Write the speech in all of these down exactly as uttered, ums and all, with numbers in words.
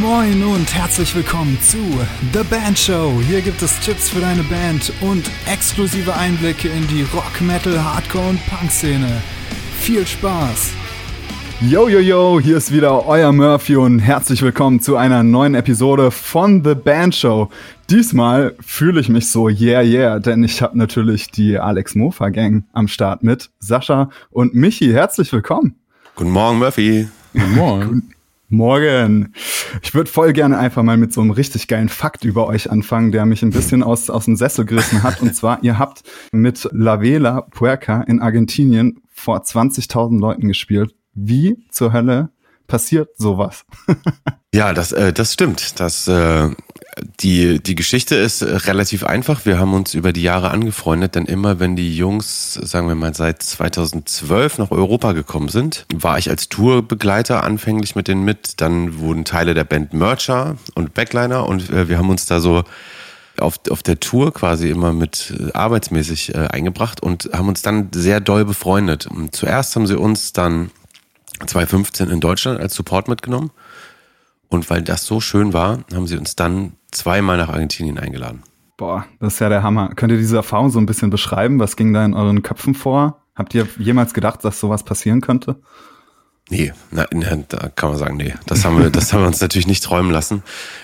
Moin und herzlich willkommen zu The Band Show. Hier gibt es Tipps für deine Band und exklusive Einblicke in die Rock, Metal, Hardcore und Punk-Szene. Viel Spaß! Yo, yo, yo, hier ist wieder euer Murphy und herzlich willkommen zu einer neuen Episode von The Band Show. Diesmal fühle ich mich so yeah, yeah, denn ich habe natürlich die Alex Mofa Gang am Start mit Sascha und Michi. Herzlich willkommen. Guten Morgen, Murphy. Guten Morgen. Guten Morgen. Ich würde voll gerne einfach mal mit so einem richtig geilen Fakt über euch anfangen, der mich ein bisschen aus, aus dem Sessel gerissen hat. Und zwar, ihr habt mit La Vela Puerca in Argentinien vor zwanzigtausend Leuten gespielt. Wie zur Hölle passiert sowas? Ja, das, äh, das stimmt. Das, äh, die, die Geschichte ist relativ einfach. Wir haben uns über die Jahre angefreundet, denn immer wenn die Jungs, sagen wir mal, seit zweitausendzwölf nach Europa gekommen sind, war ich als Tourbegleiter anfänglich mit denen mit. Dann wurden Teile der Band Mercher und Backliner und äh, wir haben uns da so auf, auf der Tour quasi immer mit äh, arbeitsmäßig äh, eingebracht und haben uns dann sehr doll befreundet. Und zuerst haben sie uns dann zweitausendfünfzehn in Deutschland als Support mitgenommen. Und weil das so schön war, haben sie uns dann zweimal nach Argentinien eingeladen. Boah, das ist ja der Hammer. Könnt ihr diese Erfahrung so ein bisschen beschreiben? Was ging da in euren Köpfen vor? Habt ihr jemals gedacht, dass sowas passieren könnte? Nee, na, da kann man sagen, nee. Das haben wir, das haben wir uns natürlich nicht träumen lassen.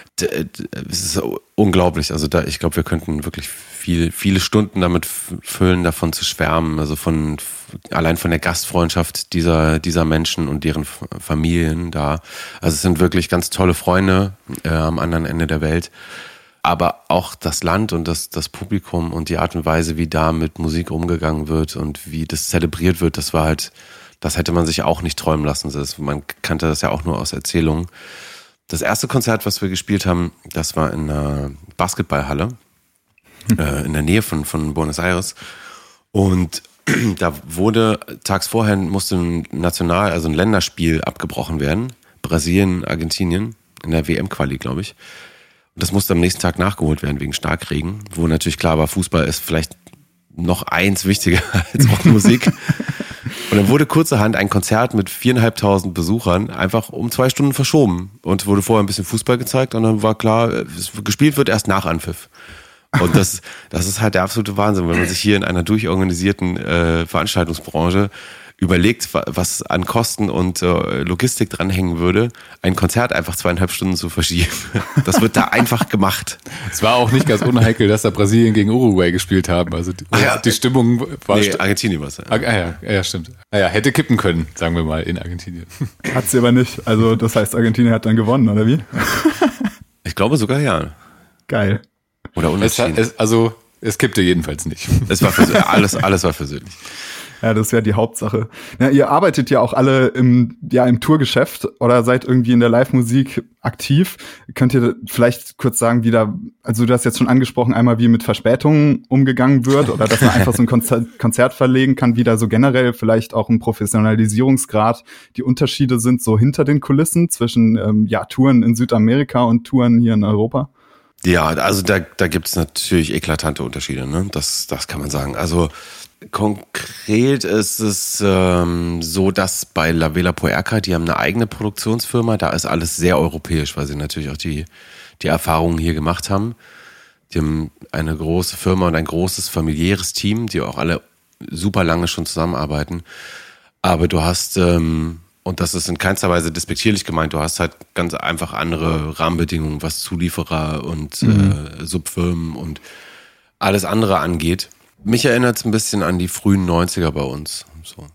Es ist unglaublich. Also da, ich glaube, wir könnten wirklich viel, viele Stunden damit füllen, davon zu schwärmen. Also von allein von der Gastfreundschaft dieser dieser Menschen und deren Familien da. Also es sind wirklich ganz tolle Freunde äh, am anderen Ende der Welt. Aber auch das Land und das das Publikum und die Art und Weise, wie da mit Musik umgegangen wird und wie das zelebriert wird, das war halt, das hätte man sich auch nicht träumen lassen. Das, man kannte das ja auch nur aus Erzählungen. Das erste Konzert, was wir gespielt haben, das war in einer Basketballhalle äh, in der Nähe von, von Buenos Aires. Und da wurde, tags vorher musste ein National-, also ein Länderspiel abgebrochen werden. Brasilien, Argentinien, in der W M-Quali, glaube ich. Und das musste am nächsten Tag nachgeholt werden wegen Starkregen, wo natürlich klar war, Fußball ist vielleicht noch eins wichtiger als Rockmusik. Und dann wurde kurzerhand ein Konzert mit viereinhalbtausend Besuchern einfach um zwei Stunden verschoben. Und wurde vorher ein bisschen Fußball gezeigt und dann war klar, es gespielt wird erst nach Anpfiff. Und das, das ist halt der absolute Wahnsinn, wenn man sich hier in einer durchorganisierten äh, Veranstaltungsbranche überlegt, was an Kosten und äh, Logistik dranhängen würde, ein Konzert einfach zweieinhalb Stunden zu verschieben. Das wird da einfach gemacht. Es war auch nicht ganz unheikel, dass da Brasilien gegen Uruguay gespielt haben. Also die, ah, ja, die Stimmung war... Nee, Argentinien war es. Ja. Ah, ja, ja, stimmt. Ah, ja, hätte kippen können, sagen wir mal, in Argentinien. Hat sie aber nicht. Also das heißt, Argentinien hat dann gewonnen, oder wie? Ich glaube sogar ja. Geil. Oder unentschieden. Es, es, also es kippte jedenfalls nicht. Es war für, alles, alles war versöhnlich. Ja, das ist ja die Hauptsache. Ja, ihr arbeitet ja auch alle im, ja, im Tourgeschäft oder seid irgendwie in der Live-Musik aktiv. Könnt ihr vielleicht kurz sagen, wie da, also du hast jetzt schon angesprochen, einmal wie mit Verspätungen umgegangen wird oder dass man einfach so ein Konzert, Konzert verlegen kann, wie da so generell vielleicht auch ein Professionalisierungsgrad die Unterschiede sind so hinter den Kulissen zwischen ähm, ja, Touren in Südamerika und Touren hier in Europa? Ja, also da, da gibt es natürlich eklatante Unterschiede, ne? Das, das kann man sagen. Also konkret ist es ähm, so, dass bei La Vela Puerca, die haben eine eigene Produktionsfirma, da ist alles sehr europäisch, weil sie natürlich auch die, die Erfahrungen hier gemacht haben. Die haben eine große Firma und ein großes familiäres Team, die auch alle super lange schon zusammenarbeiten. Aber du hast, ähm, und das ist in keinster Weise despektierlich gemeint, du hast halt ganz einfach andere Rahmenbedingungen, was Zulieferer und mhm. äh, Subfirmen und alles andere angeht. Mich erinnert es ein bisschen an die frühen neunziger bei uns. So.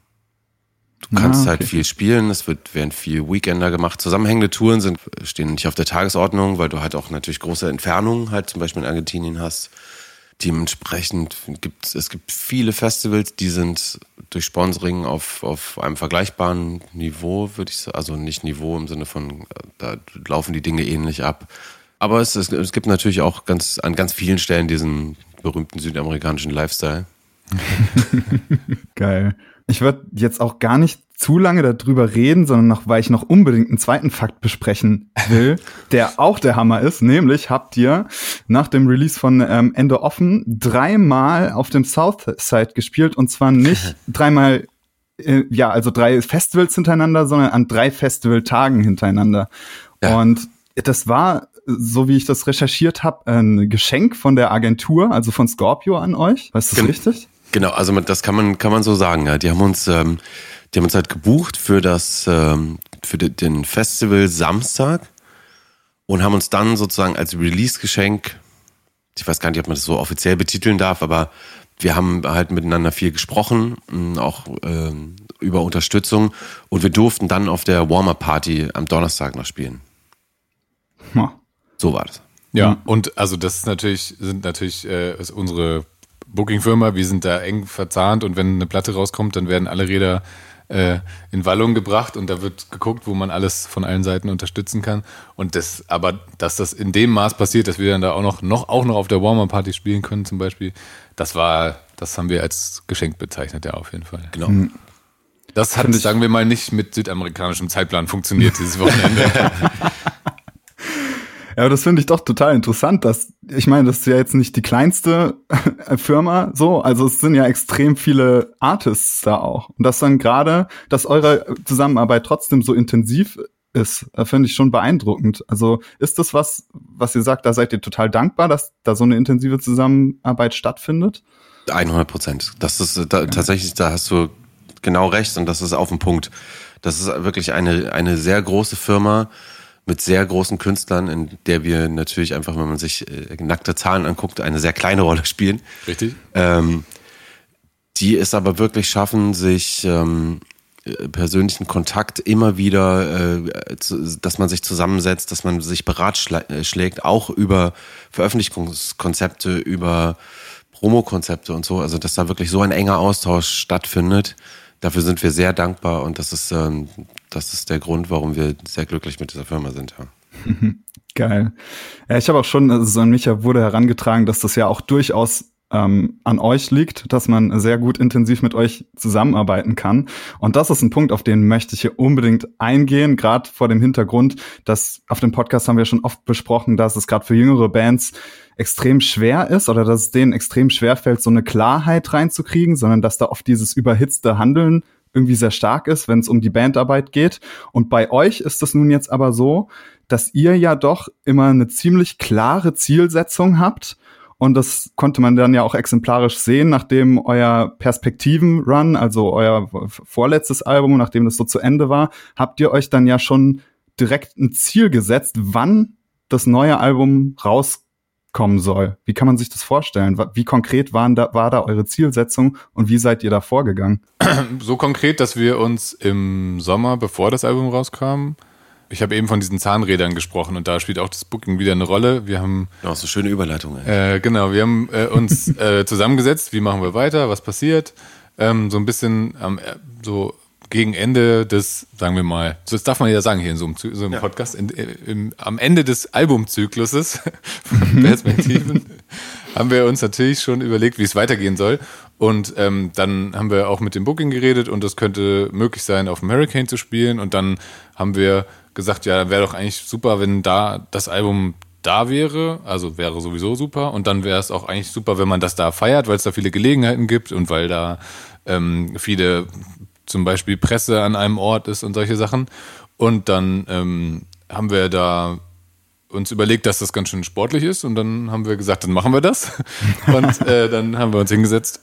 Du kannst ah, okay. halt viel spielen, es wird, werden viel Weekender gemacht. Zusammenhängende Touren sind, stehen nicht auf der Tagesordnung, weil du halt auch natürlich große Entfernungen halt zum Beispiel in Argentinien hast. Dementsprechend gibt es gibt viele Festivals, die sind durch Sponsoring auf, auf einem vergleichbaren Niveau, würde ich sagen. Also nicht Niveau im Sinne von, da laufen die Dinge ähnlich ab. Aber es, es, es gibt natürlich auch ganz an ganz vielen Stellen diesen berühmten südamerikanischen Lifestyle. Geil. Ich würde jetzt auch gar nicht zu lange darüber reden, sondern noch, weil ich noch unbedingt einen zweiten Fakt besprechen will, der auch der Hammer ist. Nämlich habt ihr nach dem Release von ähm, Ende offen dreimal auf dem Southside gespielt und zwar nicht dreimal, äh, ja, also drei Festivals hintereinander, sondern an drei Festivaltagen hintereinander. Ja. Und das war, so wie ich das recherchiert habe, ein Geschenk von der Agentur, also von Scorpio an euch. Weißt du das richtig? Genau, also das kann man kann man so sagen. Ja. Die haben uns, ähm, die haben uns halt gebucht für das ähm, für den Festival Samstag und haben uns dann sozusagen als Release-Geschenk, ich weiß gar nicht, ob man das so offiziell betiteln darf, aber wir haben halt miteinander viel gesprochen, auch äh, über Unterstützung, und wir durften dann auf der Warm-Up-Party am Donnerstag noch spielen. Hm. So war das. Ja, und also das ist natürlich, sind natürlich äh, ist unsere Booking-Firma, wir sind da eng verzahnt, und wenn eine Platte rauskommt, dann werden alle Räder äh, in Wallung gebracht und da wird geguckt, wo man alles von allen Seiten unterstützen kann. Und das, aber dass das in dem Maß passiert, dass wir dann da auch noch, noch auch noch auf der Warm-Up-Party spielen können zum Beispiel, das war, das haben wir als Geschenk bezeichnet, ja, auf jeden Fall. Genau. Mhm. Das hat, sagen wir mal, nicht mit südamerikanischem Zeitplan funktioniert dieses Wochenende. Ja, aber das finde ich doch total interessant, dass, ich meine, das ist ja jetzt nicht die kleinste Firma, so, also es sind ja extrem viele Artists da auch. Und das dann gerade, dass eure Zusammenarbeit trotzdem so intensiv ist, finde ich schon beeindruckend. Also ist das was, was ihr sagt, da seid ihr total dankbar, dass da so eine intensive Zusammenarbeit stattfindet? hundert Prozent. Das ist da, tatsächlich, da hast du genau recht, und das ist auf den Punkt. Das ist wirklich eine, eine sehr große Firma mit sehr großen Künstlern, in der wir natürlich einfach, wenn man sich äh, nackte Zahlen anguckt, eine sehr kleine Rolle spielen. Richtig. Ähm, die es aber wirklich schaffen, sich ähm, persönlichen Kontakt immer wieder, äh, zu, dass man sich zusammensetzt, dass man sich beratschlägt, auch über Veröffentlichungskonzepte, über Promokonzepte und so, also dass da wirklich so ein enger Austausch stattfindet. Dafür sind wir sehr dankbar, und das ist, ähm, das ist der Grund, warum wir sehr glücklich mit dieser Firma sind. Ja. Geil. Ja, ich habe auch schon, also so an mich wurde herangetragen, dass das ja auch durchaus ähm, an euch liegt, dass man sehr gut intensiv mit euch zusammenarbeiten kann. Und das ist ein Punkt, auf den möchte ich hier unbedingt eingehen, gerade vor dem Hintergrund, dass auf dem Podcast haben wir schon oft besprochen, dass es gerade für jüngere Bands extrem schwer ist oder dass es denen extrem schwer fällt, so eine Klarheit reinzukriegen, sondern dass da oft dieses überhitzte Handeln irgendwie sehr stark ist, wenn es um die Bandarbeit geht. Und bei euch ist es nun jetzt aber so, dass ihr ja doch immer eine ziemlich klare Zielsetzung habt. Und das konnte man dann ja auch exemplarisch sehen, nachdem euer Perspektiven-Run, also euer vorletztes Album, nachdem das so zu Ende war, habt ihr euch dann ja schon direkt ein Ziel gesetzt, wann das neue Album rauskommen soll. Wie kann man sich das vorstellen? Wie konkret waren da, war da eure Zielsetzung und wie seid ihr da vorgegangen? So konkret, dass wir uns im Sommer, bevor das Album rauskam, ich habe eben von diesen Zahnrädern gesprochen, und da spielt auch das Booking wieder eine Rolle. Wir haben Ja, so eine schöne Überleitung. Äh, genau, wir haben äh, uns äh, zusammengesetzt, wie machen wir weiter, was passiert. Ähm, so ein bisschen ähm, so gegen Ende des, sagen wir mal, das darf man ja sagen hier in so einem, so einem ja. Podcast, in, im, am Ende des Albumzykluses von Perspektiven haben wir uns natürlich schon überlegt, wie es weitergehen soll. Und ähm, dann haben wir auch mit dem Booking geredet, und es könnte möglich sein, auf dem Hurricane zu spielen. Und dann haben wir gesagt, ja, wäre doch eigentlich super, wenn da das Album da wäre, also wäre sowieso super, und dann wäre es auch eigentlich super, wenn man das da feiert, weil es da viele Gelegenheiten gibt und weil da ähm, viele, zum Beispiel Presse an einem Ort ist und solche Sachen. Und dann ähm, haben wir da uns überlegt, dass das ganz schön sportlich ist, und dann haben wir gesagt, dann machen wir das. Und äh, dann haben wir uns hingesetzt,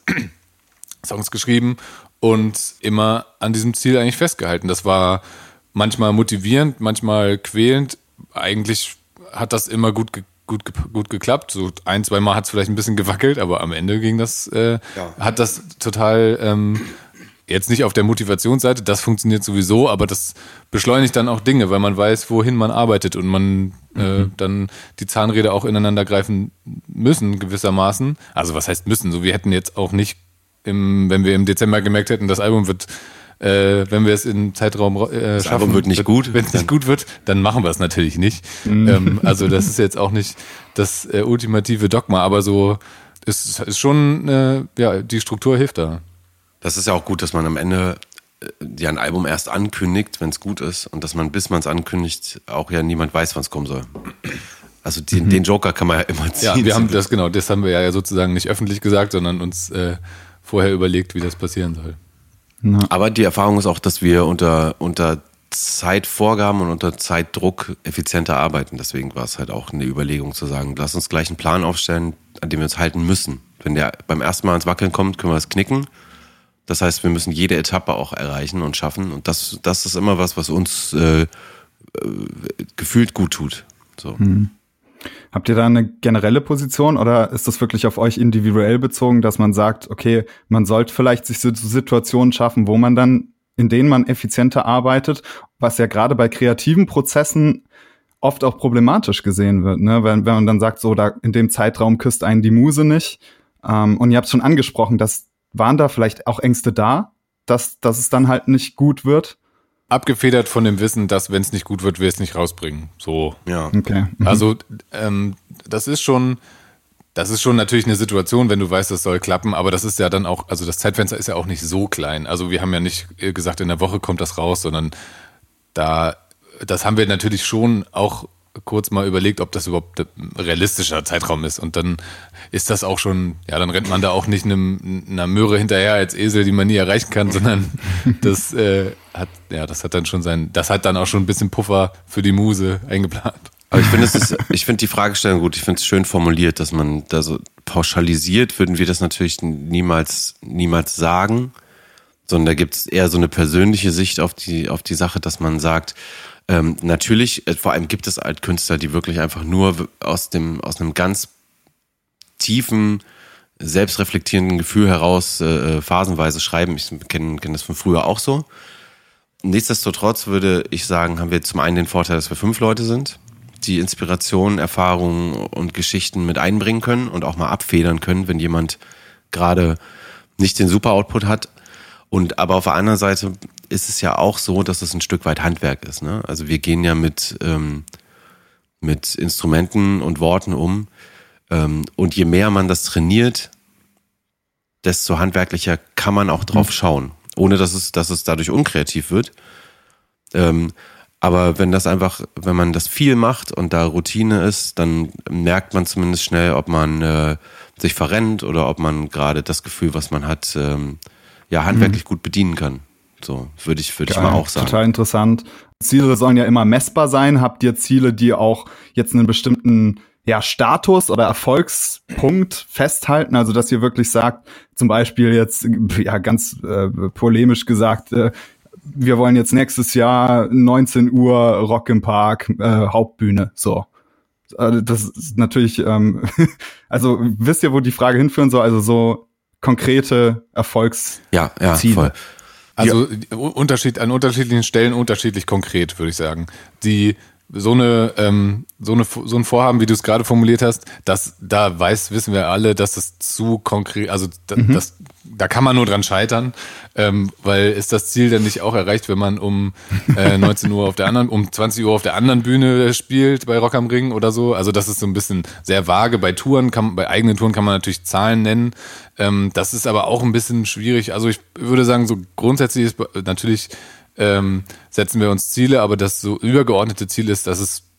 Songs geschrieben und immer an diesem Ziel eigentlich festgehalten. Das war manchmal motivierend, manchmal quälend. Eigentlich hat das immer gut, ge- gut, ge- gut geklappt. So ein, zwei Mal hat es vielleicht ein bisschen gewackelt, aber am Ende ging das, äh, ja. hat das total, ähm, jetzt nicht auf der Motivationsseite, das funktioniert sowieso, aber das beschleunigt dann auch Dinge, weil man weiß, wohin man arbeitet, und man äh, mhm. dann die Zahnräder auch ineinander greifen müssen, gewissermaßen. Also was heißt müssen? So, wir hätten jetzt auch nicht, im, wenn wir im Dezember gemerkt hätten, das Album wird Äh, wenn wir es im Zeitraum äh, das schaffen, Album wird nicht gut. Wenn es nicht gut wird, dann machen wir es natürlich nicht. Mhm. Ähm, also das ist jetzt auch nicht das äh, ultimative Dogma, aber so ist, ist schon, äh, ja, die Struktur hilft da. Das ist ja auch gut, dass man am Ende äh, ja ein Album erst ankündigt, wenn es gut ist, und dass man, bis man es ankündigt, auch ja niemand weiß, wann es kommen soll. Also den, mhm. den Joker kann man ja immer ziehen. Ja, wir haben das, genau, das haben wir ja sozusagen nicht öffentlich gesagt, sondern uns äh, vorher überlegt, wie das passieren soll. Ja. Aber die Erfahrung ist auch, dass wir unter, unter Zeitvorgaben und unter Zeitdruck effizienter arbeiten. Deswegen war es halt auch eine Überlegung zu sagen, lass uns gleich einen Plan aufstellen, an dem wir uns halten müssen. Wenn der beim ersten Mal ins Wackeln kommt, können wir das knicken. Das heißt, wir müssen jede Etappe auch erreichen und schaffen. Und das, das ist immer was, was uns äh, äh, gefühlt gut tut. So. Hm. Habt ihr da eine generelle Position oder ist das wirklich auf euch individuell bezogen, dass man sagt, okay, man sollte vielleicht sich so Situationen schaffen, wo man dann, in denen man effizienter arbeitet, was ja gerade bei kreativen Prozessen oft auch problematisch gesehen wird, ne? Wenn, wenn man dann sagt, so, da in dem Zeitraum küsst einen die Muse nicht. Ähm, und ihr habt es schon angesprochen, dass waren da vielleicht auch Ängste da, dass, dass es dann halt nicht gut wird? Abgefedert von dem Wissen, dass wenn es nicht gut wird, wir es nicht rausbringen. So. Ja. Okay. Mhm. Also ähm, das ist schon, das ist schon natürlich eine Situation, wenn du weißt, das soll klappen, aber das ist ja dann auch, also das Zeitfenster ist ja auch nicht so klein. Also wir haben ja nicht gesagt, in der Woche kommt das raus, sondern da, das haben wir natürlich schon auch kurz mal überlegt, ob das überhaupt ein realistischer Zeitraum ist. Und dann ist das auch schon, ja, dann rennt man da auch nicht einem, einer Möhre hinterher als Esel, die man nie erreichen kann, sondern das äh, hat, ja, das hat dann schon sein, das hat dann auch schon ein bisschen Puffer für die Muse eingeplant. Aber ich finde, es ist, ich finde die Fragestellung gut. Ich finde es schön formuliert, dass man da so pauschalisiert, würden wir das natürlich niemals, niemals sagen, sondern da gibt es eher so eine persönliche Sicht auf die, auf die Sache, dass man sagt, Ähm, natürlich, äh, vor allem gibt es halt Künstler, die wirklich einfach nur aus dem aus einem ganz tiefen, selbstreflektierenden Gefühl heraus äh, phasenweise schreiben. Ich kenne kenn das von früher auch so. Nichtsdestotrotz würde ich sagen, haben wir zum einen den Vorteil, dass wir fünf Leute sind, die Inspirationen, Erfahrungen und Geschichten mit einbringen können und auch mal abfedern können, wenn jemand gerade nicht den super Output hat. Und aber auf der anderen Seite ist es ja auch so, dass es ein Stück weit Handwerk ist. Ne? Also wir gehen ja mit, ähm, mit Instrumenten und Worten um. Ähm, und je mehr man das trainiert, desto handwerklicher kann man auch drauf schauen. Ohne dass es, dass es dadurch unkreativ wird. Ähm, aber wenn das einfach, wenn man das viel macht und da Routine ist, dann merkt man zumindest schnell, ob man äh, sich verrennt oder ob man gerade das Gefühl, was man hat, ähm, ja, handwerklich mhm. gut bedienen kann. So, würde ich, würde ich mal auch sagen. Total interessant. Ziele sollen ja immer messbar sein. Habt ihr Ziele, die auch jetzt einen bestimmten, ja, Status oder Erfolgspunkt festhalten? Also, dass ihr wirklich sagt, zum Beispiel jetzt, ja, ganz äh, polemisch gesagt, äh, wir wollen jetzt nächstes Jahr neunzehn Uhr Rock im Park, äh, Hauptbühne, so. Also das ist natürlich, ähm, also wisst ihr, wo die Frage hinführen soll? Also so konkrete Erfolgsziele. Ja, ja, voll. Also ja. Unterschied, an unterschiedlichen Stellen unterschiedlich konkret, würde ich sagen. Die so eine ähm, so eine so ein Vorhaben, wie du es gerade formuliert hast, dass da weiß wissen wir alle, dass es zu konkret, also da, mhm. das da kann man nur dran scheitern, ähm, weil ist das Ziel dann nicht auch erreicht, wenn man um äh, neunzehn Uhr auf der anderen, um zwanzig Uhr auf der anderen Bühne spielt bei Rock am Ring oder so. Also das ist so ein bisschen sehr vage. Bei Touren, kann, bei eigenen Touren kann man natürlich Zahlen nennen. Ähm, das ist aber auch ein bisschen schwierig. Also ich würde sagen, so grundsätzlich ist natürlich ähm, setzen wir uns Ziele, aber das so übergeordnete Ziel ist, dass es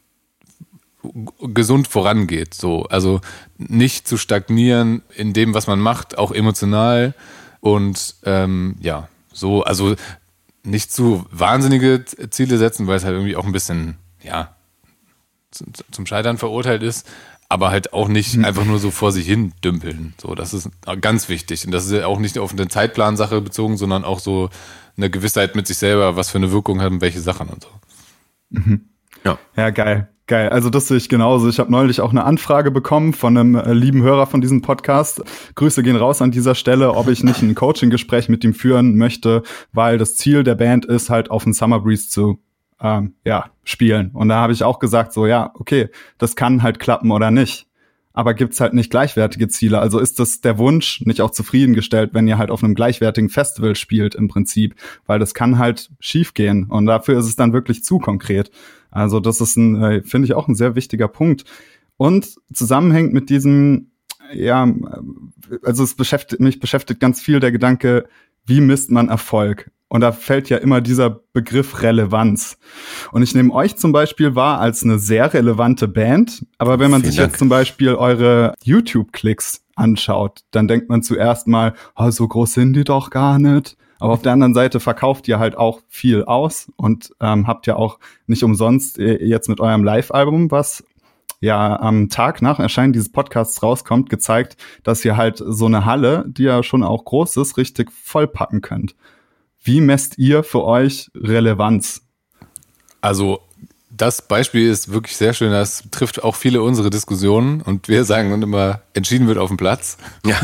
gesund vorangeht, so, also nicht zu stagnieren in dem, was man macht, auch emotional und ähm, ja, so, also nicht zu wahnsinnige Ziele setzen, weil es halt irgendwie auch ein bisschen, ja, zum Scheitern verurteilt ist, aber halt auch nicht mhm. einfach nur so vor sich hin dümpeln, so, das ist ganz wichtig und das ist ja auch nicht auf eine Zeitplansache bezogen, sondern auch so eine Gewissheit mit sich selber, was für eine Wirkung haben welche Sachen und so. Mhm. Ja. Ja, geil. Geil, also das sehe ich genauso. Ich habe neulich auch eine Anfrage bekommen von einem äh, lieben Hörer von diesem Podcast. Grüße gehen raus an dieser Stelle, ob ich nicht ein Coaching-Gespräch mit ihm führen möchte, weil das Ziel der Band ist, halt auf den Summer Breeze zu ähm, ja, spielen. Und da habe ich auch gesagt, so ja, okay, das kann halt klappen oder nicht. Aber gibt's halt nicht gleichwertige Ziele. Also ist das der Wunsch nicht auch zufriedengestellt, wenn ihr halt auf einem gleichwertigen Festival spielt im Prinzip? Weil das kann halt schief gehen und dafür ist es dann wirklich zu konkret. Also das ist ein, äh, finde ich auch ein sehr wichtiger Punkt. Und zusammenhängt mit diesem, ja, also es beschäftigt mich beschäftigt ganz viel der Gedanke, wie misst man Erfolg? Und da fällt ja immer dieser Begriff Relevanz. Und ich nehme euch zum Beispiel wahr als eine sehr relevante Band. Aber wenn man Vielen sich Dank. jetzt zum Beispiel eure YouTube-Klicks anschaut, dann denkt man zuerst mal, oh, so groß sind die doch gar nicht. Aber auf der anderen Seite verkauft ihr halt auch viel aus und ähm, habt ja auch nicht umsonst jetzt mit eurem Live-Album, was ja am Tag nach Erscheinen dieses Podcasts rauskommt, gezeigt, dass ihr halt so eine Halle, die ja schon auch groß ist, richtig vollpacken könnt. Wie messt ihr für euch Relevanz? Also das Beispiel ist wirklich sehr schön, das trifft auch viele unserer Diskussionen und wir sagen dann immer, entschieden wird auf dem Platz. Ja.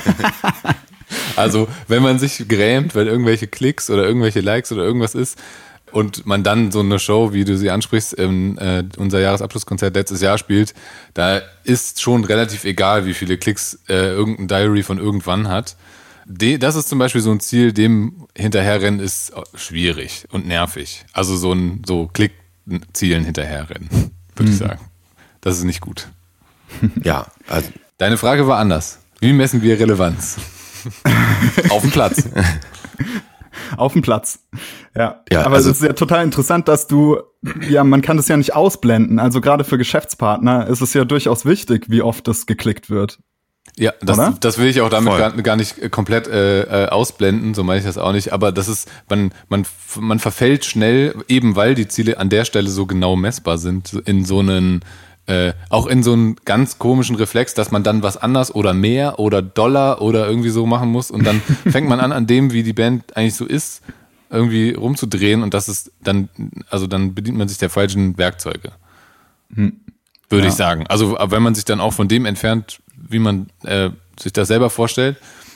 Also wenn man sich grämt, weil irgendwelche Klicks oder irgendwelche Likes oder irgendwas ist und man dann so eine Show, wie du sie ansprichst, in, äh, unser Jahresabschlusskonzert letztes Jahr spielt, da ist schon relativ egal, wie viele Klicks äh, irgendein Diary von irgendwann hat. De, das ist zum Beispiel so ein Ziel, dem hinterherrennen ist schwierig und nervig. Also so ein so Klick Zielen hinterherrennen, würde mhm. ich sagen. Das ist nicht gut. Ja. Also deine Frage war anders. Wie messen wir Relevanz? Auf dem Platz. Auf dem Platz. Ja. ja Aber also, es ist ja total interessant, dass du, ja, man kann das ja nicht ausblenden. Also gerade für Geschäftspartner ist es ja durchaus wichtig, wie oft das geklickt wird. Ja, das, das will ich auch damit gar, gar nicht komplett äh, ausblenden, so meine ich das auch nicht, aber das ist, man, man, man verfällt schnell, eben weil die Ziele an der Stelle so genau messbar sind, in so einen, äh, auch in so einen ganz komischen Reflex, dass man dann was anders oder mehr oder Dollar oder irgendwie so machen muss und dann fängt man an, an dem, wie die Band eigentlich so ist, irgendwie rumzudrehen und das ist dann, also dann bedient man sich der falschen Werkzeuge. Hm. Würde ja. ich sagen. Also wenn man sich dann auch von dem entfernt, wie man äh, sich das selber vorstellt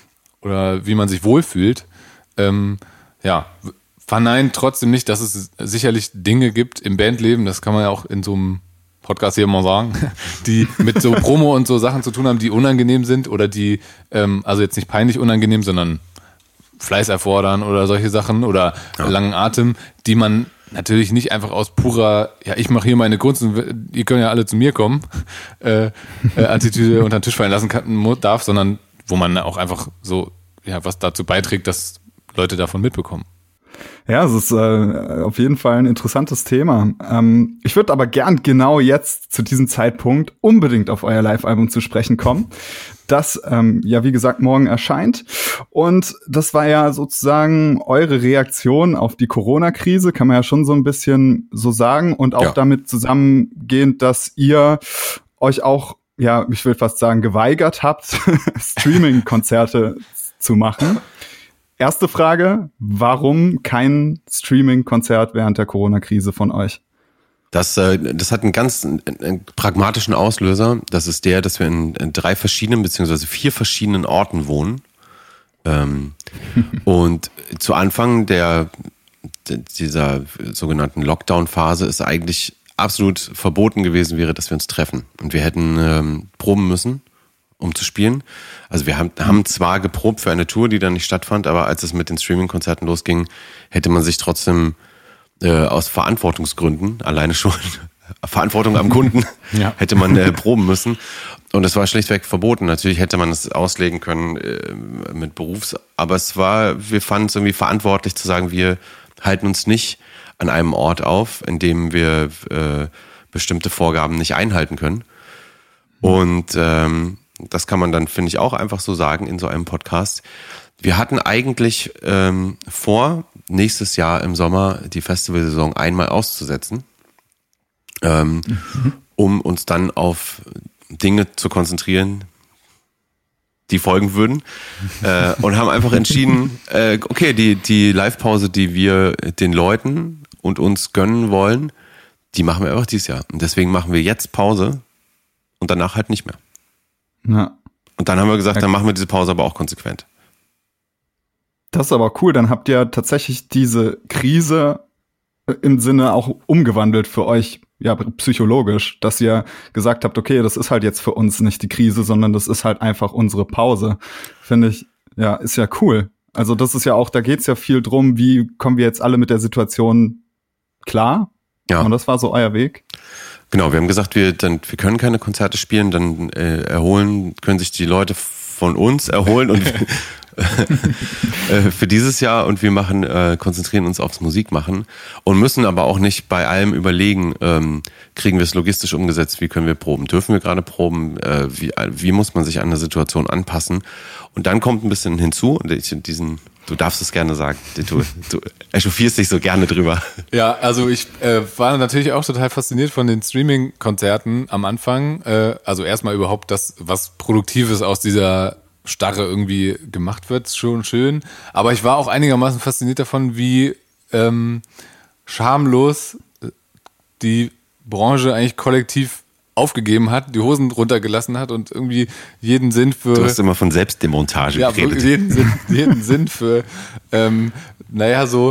oder wie man sich wohlfühlt, ähm, ja, verneint trotzdem nicht, dass es sicherlich Dinge gibt im Bandleben, das kann man ja auch in so einem Podcast hier mal sagen, die mit so Promo und so Sachen zu tun haben, die unangenehm sind oder die, ähm, also jetzt nicht peinlich unangenehm, sondern Fleiß erfordern oder solche Sachen oder ja. langen Atem, die man natürlich nicht einfach aus purer, ja, ich mache hier meine Kunst und ihr könnt ja alle zu mir kommen, äh, äh, Attitüde unter den Tisch fallen lassen kann, darf, sondern wo man auch einfach so, ja, was dazu beiträgt, dass Leute davon mitbekommen. Ja, es ist äh, auf jeden Fall ein interessantes Thema. Ähm, ich würde aber gern genau jetzt zu diesem Zeitpunkt unbedingt auf euer Live-Album zu sprechen kommen, das ähm, ja wie gesagt morgen erscheint. Und das war ja sozusagen eure Reaktion auf die Corona-Krise, kann man ja schon so ein bisschen so sagen. Und auch ja. damit zusammengehend, dass ihr euch auch, ja, ich will fast sagen, geweigert habt, Streaming-Konzerte zu machen. Erste Frage, warum kein Streaming-Konzert während der Corona-Krise von euch? Das, äh, das hat einen ganz einen pragmatischen Auslöser. Das ist der, dass wir in, in drei verschiedenen, beziehungsweise vier verschiedenen Orten wohnen. Ähm, und zu Anfang der, dieser sogenannten Lockdown-Phase ist eigentlich absolut verboten gewesen wäre, dass wir uns treffen. Und wir hätten ähm, proben müssen, um zu spielen. Also wir haben, haben zwar geprobt für eine Tour, die dann nicht stattfand, aber als es mit den Streaming-Konzerten losging, hätte man sich trotzdem äh, aus Verantwortungsgründen, alleine schon Verantwortung am Kunden, ja. hätte man äh, proben müssen. Und es war schlichtweg verboten. Natürlich hätte man es auslegen können äh, mit Berufs... Aber es war, wir fanden es irgendwie verantwortlich zu sagen, wir halten uns nicht an einem Ort auf, in dem wir äh, bestimmte Vorgaben nicht einhalten können. Und ähm, das kann man dann, finde ich, auch einfach so sagen in so einem Podcast. Wir hatten eigentlich ähm, vor, nächstes Jahr im Sommer die Festivalsaison einmal auszusetzen, ähm, mhm. um uns dann auf Dinge zu konzentrieren, die folgen würden. äh, und haben einfach entschieden, äh, okay, die, die Live-Pause, die wir den Leuten und uns gönnen wollen, die machen wir einfach dieses Jahr. Und deswegen machen wir jetzt Pause und danach halt nicht mehr. Ja. Und dann haben wir gesagt, dann machen wir diese Pause aber auch konsequent. Das ist aber cool, dann habt ihr tatsächlich diese Krise im Sinne auch umgewandelt für euch, ja, psychologisch, dass ihr gesagt habt, okay, das ist halt jetzt für uns nicht die Krise, sondern das ist halt einfach unsere Pause. Finde ich, ja, ist ja cool. Also das ist ja auch, da geht's ja viel drum, wie kommen wir jetzt alle mit der Situation klar? Ja. Und das war so euer Weg? Genau, wir haben gesagt, wir, dann, wir können keine Konzerte spielen, dann äh, erholen, können sich die Leute von uns erholen und, für dieses Jahr und wir machen, äh, konzentrieren uns aufs Musikmachen und müssen aber auch nicht bei allem überlegen, ähm, kriegen wir es logistisch umgesetzt, wie können wir proben, dürfen wir gerade proben, äh, wie, wie muss man sich an eine Situation anpassen und dann kommt ein bisschen hinzu und ich diesen, du darfst es gerne sagen, du, du echauffierst dich so gerne drüber. Ja, also ich äh, war natürlich auch total fasziniert von den Streaming-Konzerten am Anfang, äh, also erstmal überhaupt das, was Produktives aus dieser Starre irgendwie gemacht wird, schon schön. Aber ich war auch einigermaßen fasziniert davon, wie ähm, schamlos die Branche eigentlich kollektiv aufgegeben hat, die Hosen runtergelassen hat und irgendwie jeden Sinn für... Du hast immer von Selbstdemontage ja, geredet. jeden Sinn, jeden Sinn für, ähm, naja, so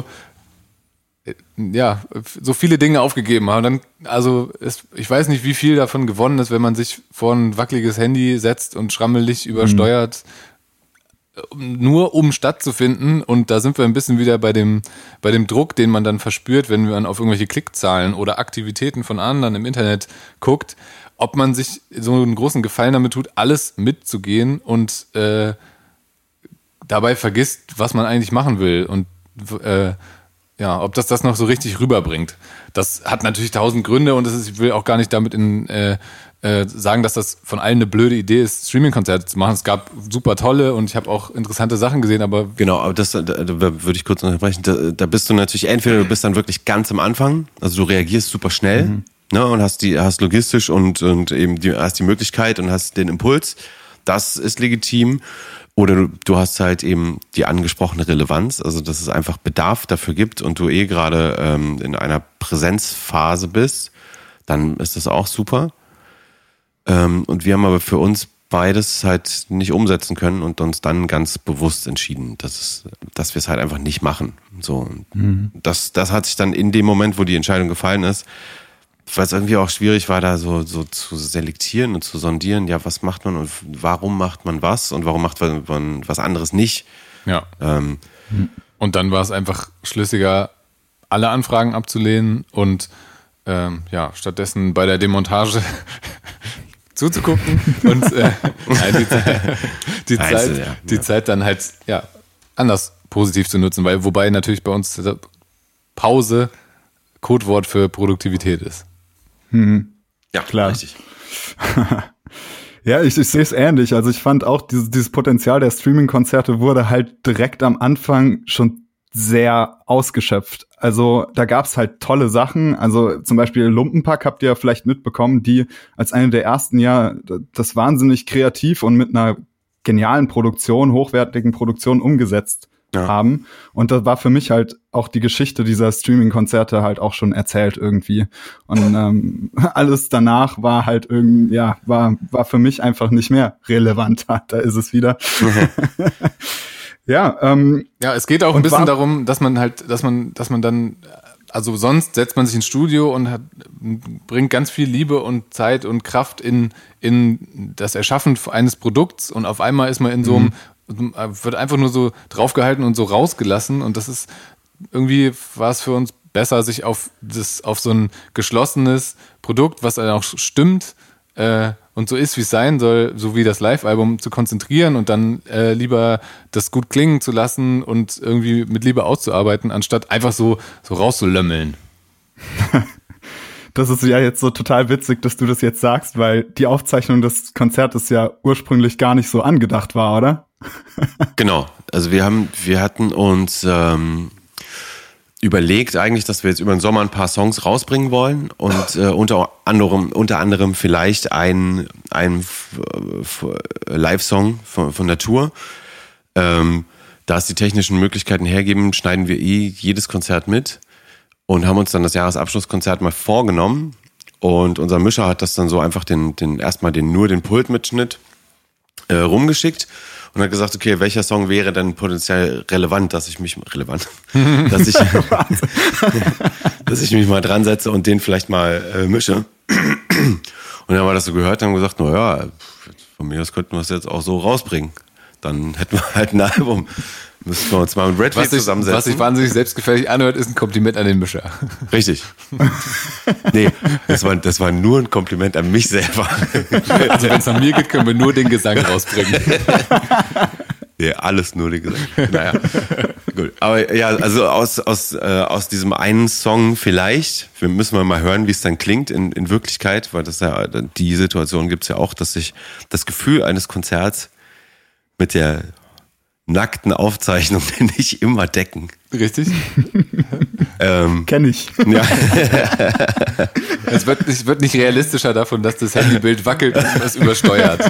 ja, so viele Dinge aufgegeben haben. Und dann, also es, ich weiß nicht, wie viel davon gewonnen ist, wenn man sich vor ein wackeliges Handy setzt und schrammelig übersteuert, mhm. nur um stattzufinden. Und da sind wir ein bisschen wieder bei dem, bei dem Druck, den man dann verspürt, wenn man auf irgendwelche Klickzahlen oder Aktivitäten von anderen im Internet guckt, ob man sich so einen großen Gefallen damit tut, alles mitzugehen und äh, dabei vergisst, was man eigentlich machen will. Und äh, ja, ob das das noch so richtig rüberbringt. Das hat natürlich tausend Gründe und das ist, ich will auch gar nicht damit in, äh, äh, sagen, dass das von allen eine blöde Idee ist, Streaming-Konzerte zu machen. Es gab super tolle und ich habe auch interessante Sachen gesehen, aber... Genau, aber das da, da würde ich kurz unterbrechen. Da, da bist du natürlich, entweder du bist dann wirklich ganz am Anfang, also du reagierst super schnell, mhm. ne, und hast die, hast logistisch und, und eben die, hast die Möglichkeit und hast den Impuls. Das ist legitim. Oder du, du hast halt eben die angesprochene Relevanz, also dass es einfach Bedarf dafür gibt und du eh gerade ähm, in einer Präsenzphase bist, dann ist das auch super. Ähm, und wir haben aber für uns beides halt nicht umsetzen können und uns dann ganz bewusst entschieden, dass, es, dass wir es halt einfach nicht machen. So, mhm. das, das hat sich dann in dem Moment, wo die Entscheidung gefallen ist, weil es irgendwie auch schwierig war, da so, so zu selektieren und zu sondieren, ja, was macht man und warum macht man was und warum macht man was anderes nicht. Ja. Ähm, und dann war es einfach schlüssiger, alle Anfragen abzulehnen und ähm, ja, stattdessen bei der Demontage zuzugucken und äh, nein, die, Zeit, die, Zeit, ja, die ja. Zeit dann halt ja anders positiv zu nutzen, weil wobei natürlich bei uns Pause Codewort für Produktivität ist. Hm. Ja, klar. Richtig. Ja, ich, ich sehe es ähnlich. Also ich fand auch, dieses, dieses Potenzial der Streaming-Konzerte wurde halt direkt am Anfang schon sehr ausgeschöpft. Also da gab's halt tolle Sachen. Also zum Beispiel Lumpenpack habt ihr ja vielleicht mitbekommen, die als eine der ersten ja das wahnsinnig kreativ und mit einer genialen Produktion, hochwertigen Produktion umgesetzt ja. haben. Und das war für mich halt auch die Geschichte dieser Streaming-Konzerte halt auch schon erzählt irgendwie. Und ähm, alles danach war halt irgendwie, ja, war war für mich einfach nicht mehr relevant. Da ist es wieder. Mhm. ja, ähm, ja, es geht auch ein bisschen war, darum, dass man halt, dass man, dass man dann, also sonst setzt man sich ins Studio und hat, bringt ganz viel Liebe und Zeit und Kraft in in das Erschaffen eines Produkts und auf einmal ist man in so einem wird einfach nur so draufgehalten und so rausgelassen und das ist irgendwie war es für uns besser, sich auf das auf so ein geschlossenes Produkt, was dann auch stimmt äh, und so ist, wie es sein soll, so wie das Live-Album zu konzentrieren und dann äh, lieber das gut klingen zu lassen und irgendwie mit Liebe auszuarbeiten, anstatt einfach so so rauszulömmeln. Das ist ja jetzt so total witzig, dass du das jetzt sagst, weil die Aufzeichnung des Konzertes ja ursprünglich gar nicht so angedacht war, oder? Genau, also wir haben, wir hatten uns ähm, überlegt eigentlich, dass wir jetzt über den Sommer ein paar Songs rausbringen wollen und äh, unter anderem unter anderem vielleicht ein ein Live-Song von, von der Tour. Ähm, da es die technischen Möglichkeiten hergeben, schneiden wir eh jedes Konzert mit und haben uns dann das Jahresabschlusskonzert mal vorgenommen und unser Mischer hat das dann so einfach den den erstmal den nur den Pultmitschnitt äh, rumgeschickt. Und hat gesagt, okay, welcher Song wäre denn potenziell relevant, dass ich mich relevant, dass ich, dass ich mich mal dran setze und den vielleicht mal äh, mische. Und dann haben wir das so gehört und haben gesagt, na ja, von mir aus könnten wir es jetzt auch so rausbringen. Dann hätten wir halt ein Album. Müssen wir uns mal mit Redfield zusammensetzen. Was sich wahnsinnig selbstgefällig anhört, ist ein Kompliment an den Mischer. Richtig. Nee, das war, das war nur ein Kompliment an mich selber. Also wenn es an mir geht, können wir nur den Gesang rausbringen. Ja, alles nur gesagt. Naja, gut. Aber ja, also aus, aus, äh, aus diesem einen Song vielleicht, wir müssen mal hören, wie es dann klingt in, in Wirklichkeit, weil das ja, die Situation gibt's ja auch, dass sich das Gefühl eines Konzerts mit der nackten Aufzeichnung nicht immer decken. Richtig? ähm, Kenn ich. Ja. Es wird, es wird nicht realistischer davon, dass das Handybild wackelt und es übersteuert.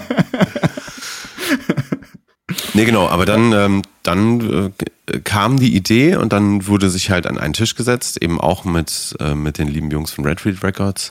Nee, genau, aber dann, ähm, dann äh, kam die Idee und dann wurde sich halt an einen Tisch gesetzt, eben auch mit, äh, mit den lieben Jungs von Redfield Records.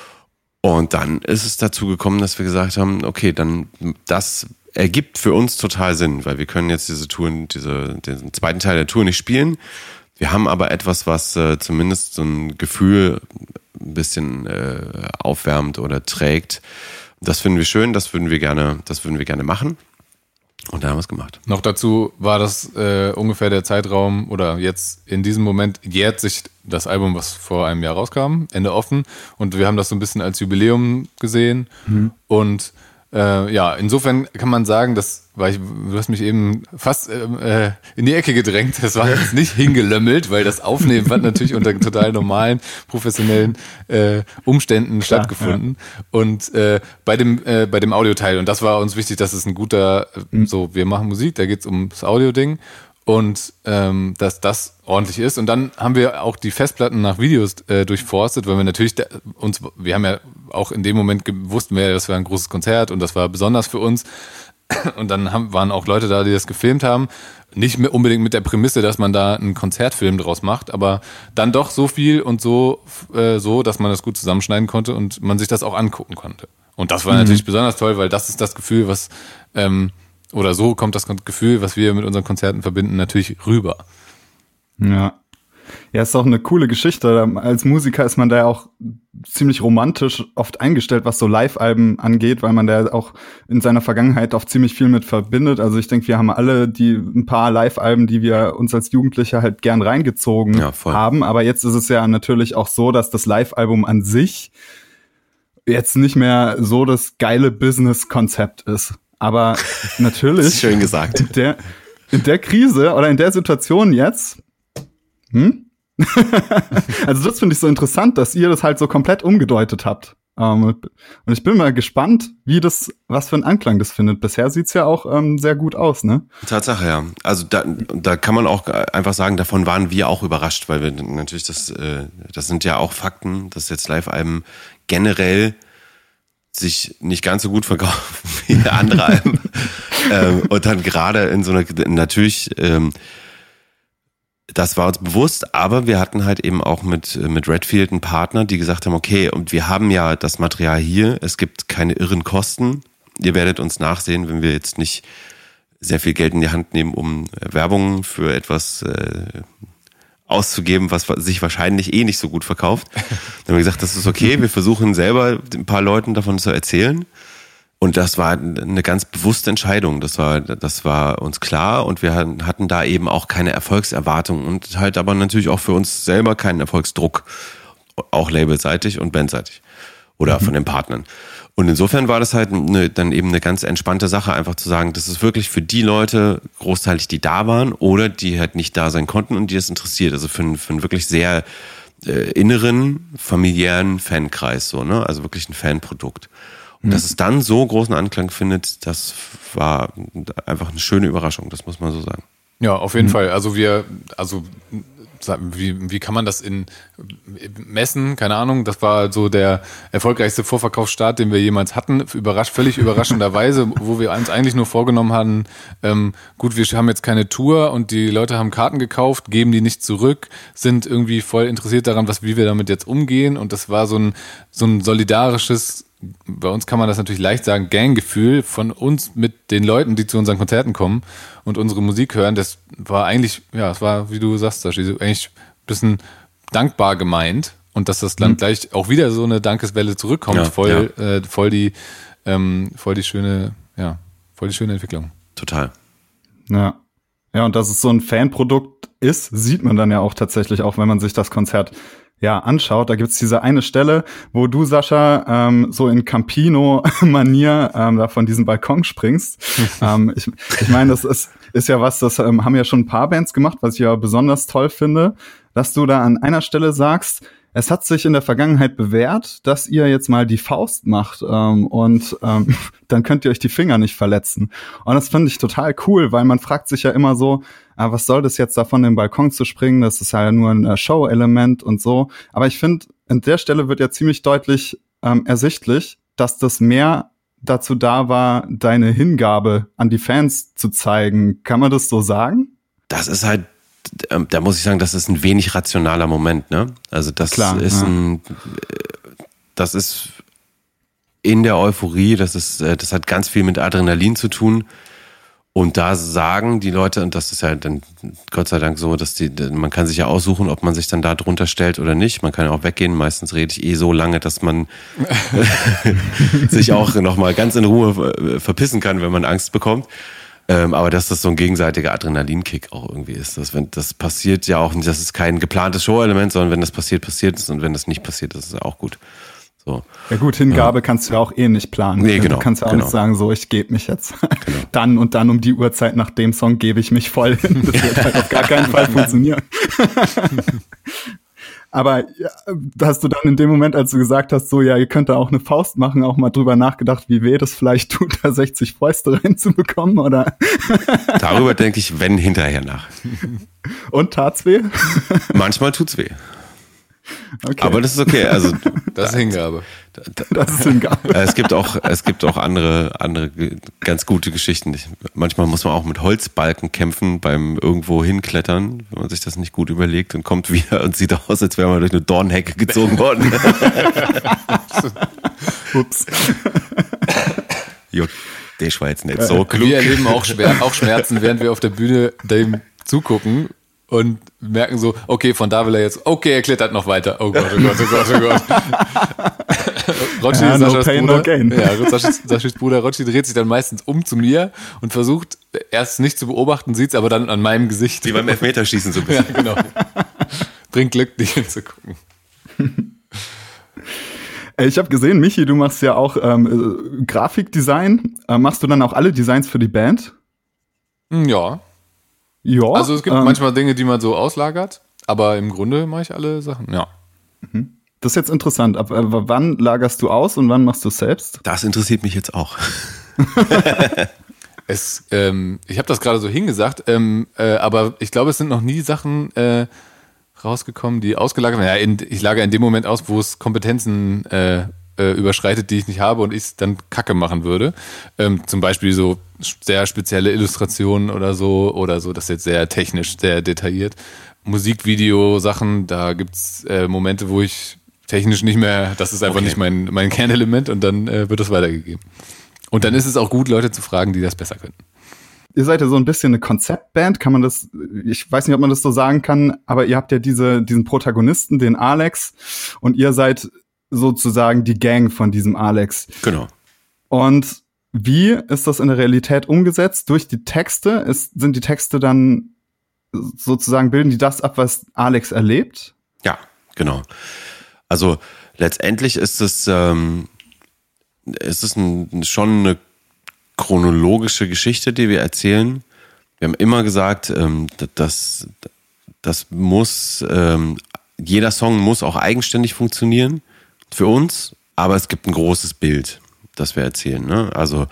Und dann ist es dazu gekommen, dass wir gesagt haben, okay, dann das ergibt für uns total Sinn, weil wir können jetzt diese Touren, diese, den zweiten Teil der Tour nicht spielen. Wir haben aber etwas, was äh, zumindest so ein Gefühl ein bisschen äh, aufwärmt oder trägt. Das finden wir schön, das würden wir gerne, das würden wir gerne machen. Und da haben wir es gemacht. Noch dazu war das äh, ungefähr der Zeitraum, oder jetzt in diesem Moment jährt sich das Album, was vor einem Jahr rauskam, Ende offen. Und wir haben das so ein bisschen als Jubiläum gesehen. Mhm. Und Äh, ja, insofern kann man sagen, dass, weil ich, du hast mich eben fast äh, in die Ecke gedrängt, das war jetzt nicht hingelömmelt, weil das Aufnehmen hat natürlich unter total normalen, professionellen äh, Umständen Klar, stattgefunden. Ja. Und äh, bei dem äh, bei dem Audioteil, und das war uns wichtig, dass es ein guter, mhm. so, wir machen Musik, da geht's ums Audio-Ding. Und ähm, dass das ordentlich ist. Und dann haben wir auch die Festplatten nach Videos äh, durchforstet, weil wir natürlich da, uns, wir haben ja auch in dem Moment gewusst, das war ein großes Konzert und das war besonders für uns. Und dann haben, waren auch Leute da, die das gefilmt haben. Nicht mehr unbedingt mit der Prämisse, dass man da einen Konzertfilm draus macht, aber dann doch so viel und so, äh, so, dass man das gut zusammenschneiden konnte und man sich das auch angucken konnte. Und das war mhm. natürlich besonders toll, weil das ist das Gefühl, was ähm, oder so kommt das Gefühl, was wir mit unseren Konzerten verbinden, natürlich rüber. Ja. Ja, ist auch eine coole Geschichte. Als Musiker ist man da ja auch ziemlich romantisch oft eingestellt, was so Live-Alben angeht, weil man da auch in seiner Vergangenheit auch ziemlich viel mit verbindet. Also ich denke, wir haben alle die ein paar Live-Alben, die wir uns als Jugendliche halt gern reingezogen ja, haben. Aber jetzt ist es ja natürlich auch so, dass das Live-Album an sich jetzt nicht mehr so das geile Business-Konzept ist. Aber natürlich, schön gesagt. In der, in der Krise oder in der Situation jetzt, hm? Also das finde ich so interessant, dass ihr das halt so komplett umgedeutet habt. Um, und ich bin mal gespannt, wie das, was für einen Anklang das findet. Bisher sieht's ja auch um, sehr gut aus, ne? Tatsache, ja. Also da, da kann man auch einfach sagen, davon waren wir auch überrascht, weil wir natürlich das, äh, das sind ja auch Fakten, dass jetzt Live-Alben generell sich nicht ganz so gut verkaufen wie andere Alben. ähm, und dann gerade in so einer, natürlich, ähm, das war uns bewusst, aber wir hatten halt eben auch mit, mit Redfield einen Partner, die gesagt haben, okay, und wir haben ja das Material hier, es gibt keine irren Kosten. Ihr werdet uns nachsehen, wenn wir jetzt nicht sehr viel Geld in die Hand nehmen, um Werbung für etwas äh, auszugeben, was sich wahrscheinlich eh nicht so gut verkauft. Dann haben wir gesagt, das ist okay, wir versuchen selber ein paar Leuten davon zu erzählen. Und das war eine ganz bewusste Entscheidung. Das war, das war uns klar und wir hatten da eben auch keine Erfolgserwartung und halt aber natürlich auch für uns selber keinen Erfolgsdruck. Auch labelseitig und bandseitig. Oder mhm. von den Partnern. Und insofern war das halt eine, dann eben eine ganz entspannte Sache, einfach zu sagen, das ist wirklich für die Leute großteilig, die da waren oder die halt nicht da sein konnten und die es interessiert. Also für einen, für einen wirklich sehr äh, inneren, familiären Fankreis, so, ne? Also wirklich ein Fanprodukt. Und mhm. dass es dann so großen Anklang findet, das war einfach eine schöne Überraschung, das muss man so sagen. Ja, auf jeden mhm. Fall. Also wir, also Wie, wie kann man das in messen? Keine Ahnung. Das war so der erfolgreichste Vorverkaufsstart, den wir jemals hatten. Überrascht, völlig überraschenderweise, wo wir uns eigentlich nur vorgenommen hatten, ähm, gut, wir haben jetzt keine Tour und die Leute haben Karten gekauft, geben die nicht zurück, sind irgendwie voll interessiert daran, was, wie wir damit jetzt umgehen. Und das war so ein, so ein solidarisches, bei uns kann man das natürlich leicht sagen, Ganggefühl von uns mit den Leuten, die zu unseren Konzerten kommen und unsere Musik hören. Das war eigentlich, ja, es war, wie du sagst, Sashi, eigentlich ein bisschen dankbar gemeint und dass das dann mhm. gleich auch wieder so eine Dankeswelle zurückkommt, ja, voll, ja. Äh, voll die, ähm, voll die schöne, ja, voll die schöne Entwicklung. Total. Ja. Ja, und dass es so ein Fanprodukt ist, sieht man dann ja auch tatsächlich auch, wenn man sich das Konzert ja anschaut. Da gibt's diese eine Stelle, wo du, Sascha, ähm, so in Campino-Manier ähm, da von diesem Balkon springst. ähm, ich ich meine, das ist ist ja was, das ähm, haben ja schon ein paar Bands gemacht, was ich ja besonders toll finde, dass du da an einer Stelle sagst, es hat sich in der Vergangenheit bewährt, dass ihr jetzt mal die Faust macht ähm, und ähm, dann könnt ihr euch die Finger nicht verletzen. Und das finde ich total cool, weil man fragt sich ja immer so, ah, was soll das jetzt da von dem Balkon zu springen? Das ist ja nur ein äh, Show-Element und so. Aber ich finde, an der Stelle wird ja ziemlich deutlich ähm, ersichtlich, dass das mehr dazu da war, deine Hingabe an die Fans zu zeigen. Kann man das so sagen? Das ist halt, da muss ich sagen, das ist ein wenig rationaler Moment, ne? Also das Klar, ist ja. ein, das ist in der Euphorie, das ist, das hat ganz viel mit Adrenalin zu tun. Und da sagen die Leute, und das ist ja dann Gott sei Dank so, dass die, man kann sich ja aussuchen, ob man sich dann da drunter stellt oder nicht. Man kann ja auch weggehen. Meistens rede ich eh so lange, dass man sich auch nochmal ganz in Ruhe verpissen kann, wenn man Angst bekommt. Ähm, aber dass das so ein gegenseitiger Adrenalinkick auch irgendwie ist. Das, wenn, das passiert ja auch nicht, das ist kein geplantes Show-Element, sondern wenn das passiert, passiert es. Und wenn das nicht passiert, ist es auch gut. So. Ja gut, Hingabe ja. kannst du ja auch eh nicht planen. Nee, genau. Du kannst ja auch genau. nicht sagen, so, ich gebe mich jetzt genau. dann und dann um die Uhrzeit nach dem Song gebe ich mich voll hin. Das wird halt auf gar keinen Fall funktionieren. Aber ja, hast du dann in dem Moment, als du gesagt hast, so, ja, ihr könnt da auch eine Faust machen, auch mal drüber nachgedacht, wie weh das vielleicht tut, da sechzig Fäuste reinzubekommen, oder? Darüber denke ich, wenn, hinterher nach. Und tat's weh? Manchmal tut's weh. Okay. Aber das ist okay, also. Das ist Hingabe. Das ist Hingabe. Es gibt auch, es gibt auch andere, andere ganz gute Geschichten. Manchmal muss man auch mit Holzbalken kämpfen beim irgendwo hinklettern, wenn man sich das nicht gut überlegt und kommt wieder und sieht aus, als wäre man durch eine Dornhecke gezogen worden. Ups. Jo, der war jetzt nicht so klug. Wir erleben auch, schwer, auch Schmerzen, während wir auf der Bühne dem zugucken. Und merken so, okay, von da will er jetzt, okay, er klettert noch weiter. Oh Gott, oh Gott, oh Gott, oh Gott. Rotschi, ja, no Saschas pain, Bruder, no gain. ja, Saschas, Saschas Bruder Rotschi dreht sich dann meistens um zu mir und versucht erst nicht zu beobachten, sieht es aber dann an meinem Gesicht. Wie beim Elfmeterschießen so ein bisschen. Ja, genau. Bringt Glück, dich hinzugucken. Ich habe gesehen, Michi, du machst ja auch ähm, Grafikdesign. Äh, machst du dann auch alle Designs für die Band? Ja. Ja. Also es gibt ähm, manchmal Dinge, die man so auslagert, aber im Grunde mache ich alle Sachen, ja. Das ist jetzt interessant. Ab äh, wann lagerst du aus und wann machst du es selbst? Das interessiert mich jetzt auch. Es, ähm, ich habe das gerade so hingesagt, ähm, äh, aber ich glaube, es sind noch nie Sachen äh, rausgekommen, die ausgelagert werden. Ja, in, ich lagere in dem Moment aus, wo es Kompetenzen äh, äh, überschreitet, die ich nicht habe und ich es dann kacke machen würde. Ähm, zum Beispiel so sehr spezielle Illustrationen oder so, oder so, das ist jetzt sehr technisch, sehr detailliert. Musikvideo-Sachen, da gibt's äh, Momente, wo ich technisch nicht mehr, das ist einfach Okay. nicht mein, mein Kernelement und dann äh, wird das weitergegeben. Und dann ist es auch gut, Leute zu fragen, die das besser können. Ihr seid ja so ein bisschen eine Konzeptband, kann man das, ich weiß nicht, ob man das so sagen kann, aber ihr habt ja diese, diesen Protagonisten, den Alex, und ihr seid sozusagen die Gang von diesem Alex. Genau. Und wie ist das in der Realität umgesetzt? Durch die Texte? Ist, sind die Texte dann sozusagen, bilden die das ab, was Alex erlebt? Ja, genau. Also letztendlich ist es, ähm, ist es ein, schon eine chronologische Geschichte, die wir erzählen. Wir haben immer gesagt, ähm, dass das muss, ähm, jeder Song muss auch eigenständig funktionieren für uns, aber es gibt ein großes Bild, das wir erzählen. Ne? Also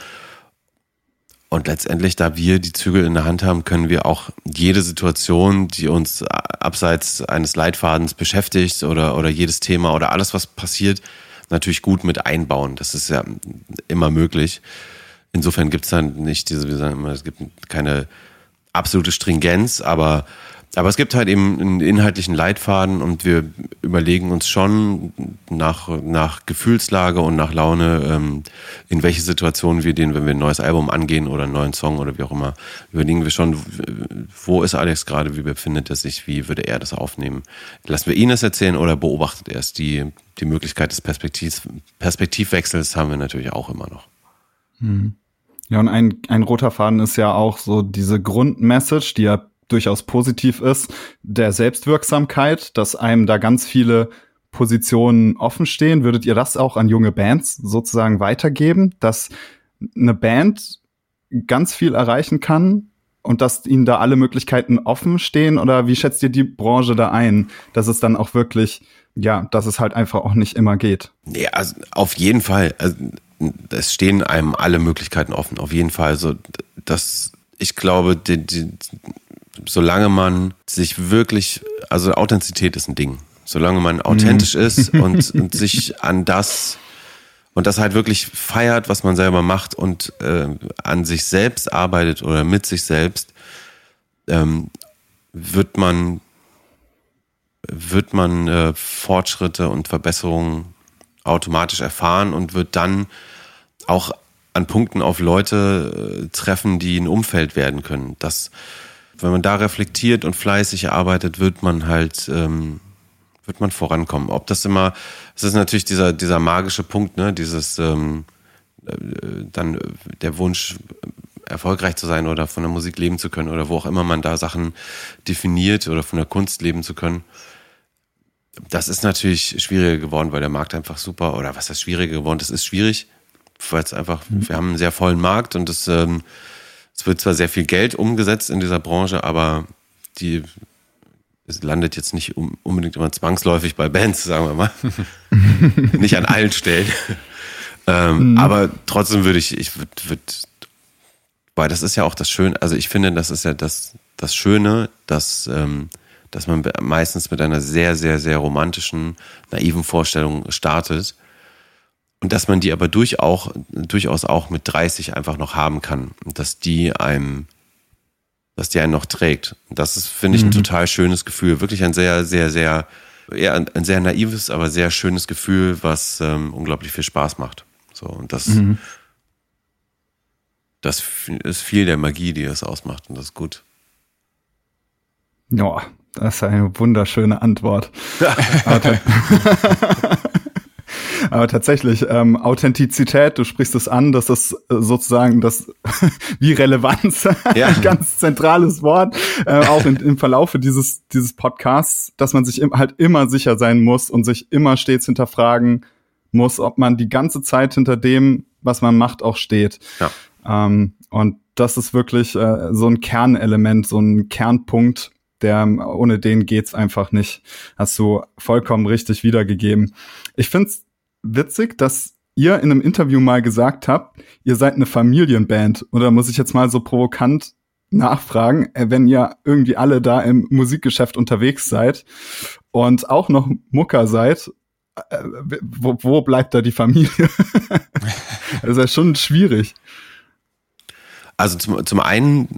und letztendlich, da wir die Zügel in der Hand haben, können wir auch jede Situation, die uns abseits eines Leitfadens beschäftigt oder, oder jedes Thema oder alles, was passiert, natürlich gut mit einbauen. Das ist ja immer möglich. Insofern gibt es dann nicht diese, wir sagen immer, es gibt keine absolute Stringenz, aber, aber es gibt halt eben einen inhaltlichen Leitfaden und wir überlegen uns schon nach, nach Gefühlslage und nach Laune, ähm, in welche Situationen wir den, wenn wir ein neues Album angehen oder einen neuen Song oder wie auch immer, überlegen wir schon, wo ist Alex gerade, wie befindet er sich, wie würde er das aufnehmen. Lassen wir ihn das erzählen oder beobachtet er es? Die, die Möglichkeit des Perspektiv, Perspektivwechsels haben wir natürlich auch immer noch. Ja, und ein, ein roter Faden ist ja auch so diese Grundmessage, die ja durchaus positiv ist, der Selbstwirksamkeit, dass einem da ganz viele Positionen offen stehen. Würdet ihr das auch an junge Bands sozusagen weitergeben, dass eine Band ganz viel erreichen kann und dass ihnen da alle Möglichkeiten offen stehen? Oder wie schätzt ihr die Branche da ein, dass es dann auch wirklich, ja, dass es halt einfach auch nicht immer geht? Ja, also auf jeden Fall. Also, es stehen einem alle Möglichkeiten offen, auf jeden Fall. Also, das, ich glaube, die, die, solange man sich wirklich, also Authentizität ist ein Ding. Solange man authentisch mhm. ist und, und sich an das und das halt wirklich feiert, was man selber macht und äh, an sich selbst arbeitet oder mit sich selbst, ähm, wird man wird man äh, Fortschritte und Verbesserungen automatisch erfahren und wird dann auch an Punkten auf Leute äh, treffen, die ein Umfeld werden können. Das, wenn man da reflektiert und fleißig arbeitet, wird man halt ähm, wird man vorankommen. Ob das immer, es ist natürlich dieser dieser magische Punkt, ne, dieses ähm, äh, dann der Wunsch, erfolgreich zu sein oder von der Musik leben zu können oder wo auch immer man da Sachen definiert oder von der Kunst leben zu können. Das ist natürlich schwieriger geworden, weil der Markt einfach super, oder was heißt schwieriger geworden? Das ist schwierig, weil es einfach, mhm. wir haben einen sehr vollen Markt und es, ähm, es wird zwar sehr viel Geld umgesetzt in dieser Branche, aber die es landet jetzt nicht um, unbedingt immer zwangsläufig bei Bands, sagen wir mal. Nicht an allen Stellen. ähm, mhm. Aber trotzdem würde ich, ich würde, würd, weil das ist ja auch das Schöne, also ich finde, das ist ja das, das Schöne, dass, ähm, dass man meistens mit einer sehr, sehr, sehr romantischen, naiven Vorstellung startet und dass man die aber durch auch, durchaus auch mit dreißig einfach noch haben kann und dass die einem dass die einen noch trägt. Das ist, finde ich, ein mhm. total schönes Gefühl. Wirklich ein sehr, sehr, sehr, eher ein, ein sehr naives, aber sehr schönes Gefühl, was ähm, unglaublich viel Spaß macht. So, und das, mhm. das ist viel der Magie, die es ausmacht, und das ist gut. Ja, das ist eine wunderschöne Antwort. Aber tatsächlich, ähm, Authentizität, du sprichst es an, das ist sozusagen das, wie Relevanz, ja. ein ganz zentrales Wort, äh, auch in, im Verlaufe dieses, dieses Podcasts, dass man sich im, halt immer sicher sein muss und sich immer stets hinterfragen muss, ob man die ganze Zeit hinter dem, was man macht, auch steht. Ja. Ähm, und das ist wirklich äh, so ein Kernelement, so ein Kernpunkt, der, ohne den geht's einfach nicht. Hast du vollkommen richtig wiedergegeben. Ich find's witzig, dass ihr in einem Interview mal gesagt habt, ihr seid eine Familienband. Oder muss ich jetzt mal so provokant nachfragen, wenn ihr irgendwie alle da im Musikgeschäft unterwegs seid und auch noch Mucker seid, wo, wo bleibt da die Familie? Das ist ja schon schwierig. Also zum, zum einen,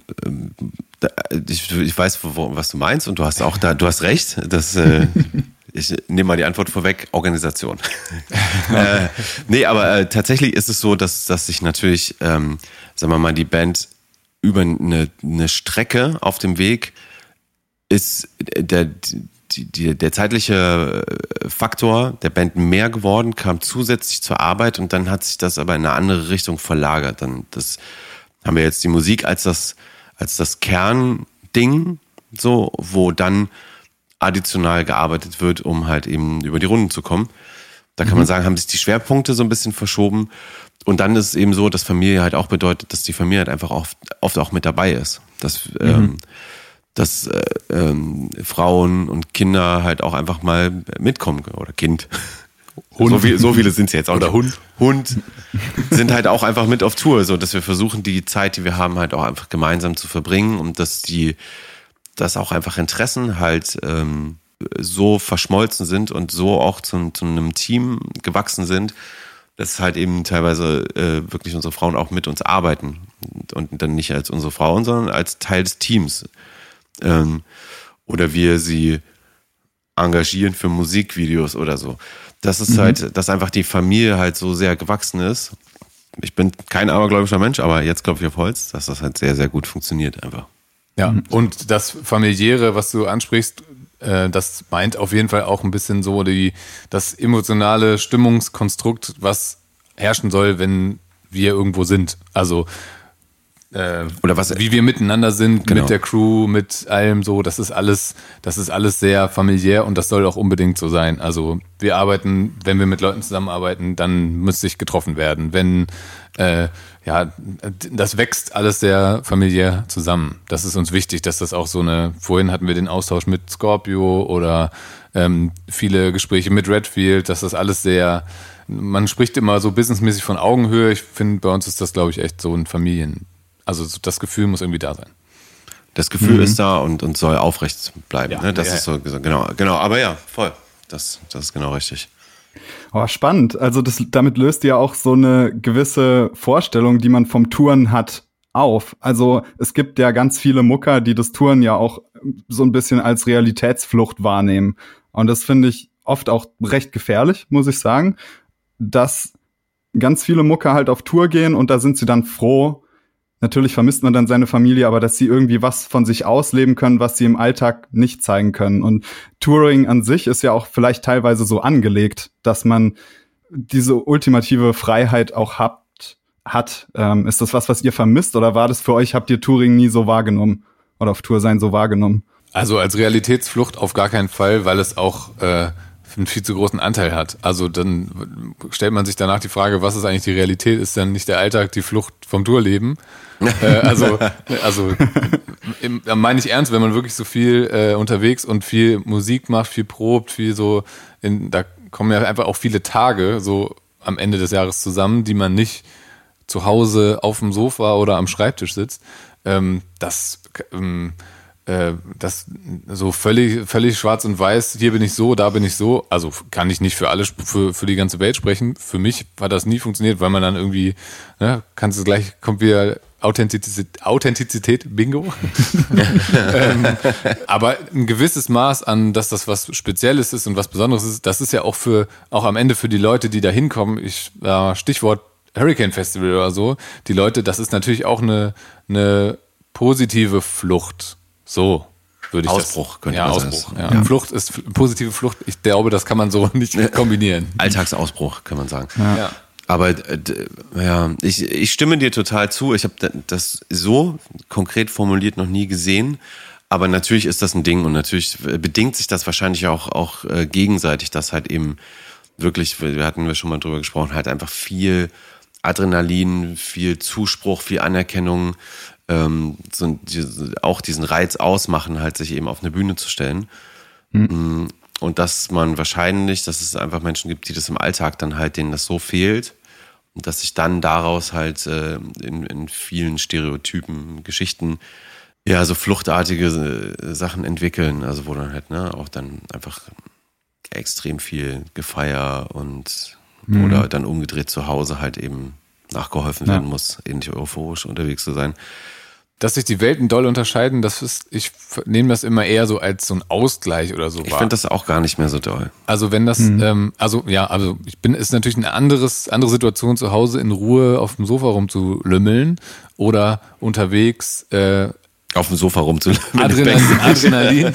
ich, ich weiß, wo, was du meinst, und du hast auch da, du hast recht, dass äh, ich nehme mal die Antwort vorweg, Organisation. äh, nee, aber äh, tatsächlich ist es so, dass, dass sich natürlich, ähm, sagen wir mal, die Band über eine, eine Strecke auf dem Weg ist der, die, die, der zeitliche Faktor der Band mehr geworden, kam zusätzlich zur Arbeit und dann hat sich das aber in eine andere Richtung verlagert. Dann das haben wir jetzt die Musik als das, als das Kernding, so, wo dann additional gearbeitet wird, um halt eben über die Runden zu kommen. Da kann mhm. man sagen, haben sich die Schwerpunkte so ein bisschen verschoben. Und dann ist es eben so, dass Familie halt auch bedeutet, dass die Familie halt einfach oft, oft auch mit dabei ist. Dass, mhm. ähm, dass äh, ähm, Frauen und Kinder halt auch einfach mal mitkommen. Oder Kind. Hund. So, viel, so viele sind es jetzt auch. Oder Hund. Hund sind halt auch einfach mit auf Tour. So, dass wir versuchen, die Zeit, die wir haben, halt auch einfach gemeinsam zu verbringen. Und dass die dass auch einfach Interessen halt ähm, so verschmolzen sind und so auch zu, zu einem Team gewachsen sind, dass halt eben teilweise äh, wirklich unsere Frauen auch mit uns arbeiten und, und dann nicht als unsere Frauen, sondern als Teil des Teams. Ähm, oder wir sie engagieren für Musikvideos oder so. Das ist mhm. halt, dass einfach die Familie halt so sehr gewachsen ist. Ich bin kein abergläubischer Mensch, aber jetzt klopfe ich auf Holz, dass das halt sehr, sehr gut funktioniert einfach. Ja, und das Familiäre, was du ansprichst, äh, das meint auf jeden Fall auch ein bisschen so die, das emotionale Stimmungskonstrukt, was herrschen soll, wenn wir irgendwo sind. Also äh, Oder was, wie wir miteinander sind, genau. mit der Crew, mit allem so, das ist alles, das ist alles sehr familiär und das soll auch unbedingt so sein. Also wir arbeiten, wenn wir mit Leuten zusammenarbeiten, dann muss sich getroffen werden. Wenn, äh, ja, das wächst alles sehr familiär zusammen. Das ist uns wichtig, dass das auch so eine, vorhin hatten wir den Austausch mit Scorpio oder ähm, viele Gespräche mit Redfield, dass das alles sehr, man spricht immer so businessmäßig von Augenhöhe. Ich finde, bei uns ist das, glaube ich, echt so ein Familien, also das Gefühl muss irgendwie da sein. Das Gefühl mhm. ist da und, und soll aufrecht bleiben. Ja, ne? Das ja, ist so, genau, genau. Aber ja, voll. Das, das ist genau richtig. Oh, spannend. Also das, damit löst ihr auch so eine gewisse Vorstellung, die man vom Touren hat, auf. Also es gibt ja ganz viele Mucker, die das Touren ja auch so ein bisschen als Realitätsflucht wahrnehmen. Und das finde ich oft auch recht gefährlich, muss ich sagen, dass ganz viele Mucker halt auf Tour gehen und da sind sie dann froh. Natürlich vermisst man dann seine Familie, aber dass sie irgendwie was von sich ausleben können, was sie im Alltag nicht zeigen können. Und Touring an sich ist ja auch vielleicht teilweise so angelegt, dass man diese ultimative Freiheit auch hat. hat. Ähm, ist das was, was ihr vermisst oder war das für euch, habt ihr Touring nie so wahrgenommen oder auf Tour sein so wahrgenommen? Also als Realitätsflucht auf gar keinen Fall, weil es auch äh, einen viel zu großen Anteil hat. Also dann stellt man sich danach die Frage, was ist eigentlich die Realität? Ist dann nicht der Alltag die Flucht vom Tourleben? äh, also, also im, meine ich ernst, wenn man wirklich so viel äh, unterwegs und viel Musik macht, viel probt, viel so, in, da kommen ja einfach auch viele Tage so am Ende des Jahres zusammen, die man nicht zu Hause auf dem Sofa oder am Schreibtisch sitzt. Ähm, das ähm, das so völlig völlig schwarz und weiß, hier bin ich so, da bin ich so, also kann ich nicht für alle, für, für die ganze Welt sprechen. Für mich hat das nie funktioniert, weil man dann irgendwie, ne, kannst du gleich, kommt wieder Authentizität, Authentizität Bingo. ähm, aber ein gewisses Maß an, dass das was Spezielles ist und was Besonderes ist, das ist ja auch für, auch am Ende für die Leute, die da hinkommen, ich, äh, Stichwort Hurricane Festival oder so, die Leute, das ist natürlich auch eine, eine positive Flucht. So würde ich Ausbruch, das, könnte ja, man Ausbruch, sagen. ja. Ja. Flucht ist positive Flucht. Ich glaube, das kann man so nicht kombinieren. Alltagsausbruch, kann man sagen. Ja. Ja. Aber äh, ja, ich, ich stimme dir total zu. Ich habe das so konkret formuliert noch nie gesehen. Aber natürlich ist das ein Ding und natürlich bedingt sich das wahrscheinlich auch, auch äh, gegenseitig, dass halt eben wirklich, wir hatten wir schon mal drüber gesprochen, halt einfach viel Adrenalin, viel Zuspruch, viel Anerkennung, ähm, so, die, auch diesen Reiz ausmachen, halt sich eben auf eine Bühne zu stellen. Mhm. Und dass man wahrscheinlich, dass es einfach Menschen gibt, die das im Alltag dann halt, denen das so fehlt, und dass sich dann daraus halt äh, in, in vielen Stereotypen, Geschichten, ja, so fluchtartige äh, Sachen entwickeln, also wo dann halt, ne, auch dann einfach extrem viel Gefeier und mhm. oder dann umgedreht zu Hause halt eben nachgeholfen werden ja. muss, ähnlich euphorisch unterwegs zu sein. Dass sich die Welten doll unterscheiden, das ist, ich nehme das immer eher so als so ein Ausgleich oder so wahr. Ich finde das auch gar nicht mehr so doll. Also wenn das, mhm. ähm, also ja, also ich bin, ist natürlich eine anderes, andere Situation zu Hause in Ruhe auf dem Sofa rumzulümmeln oder unterwegs äh, auf dem Sofa rumzulümmeln. Adrenalin, Adrenalin,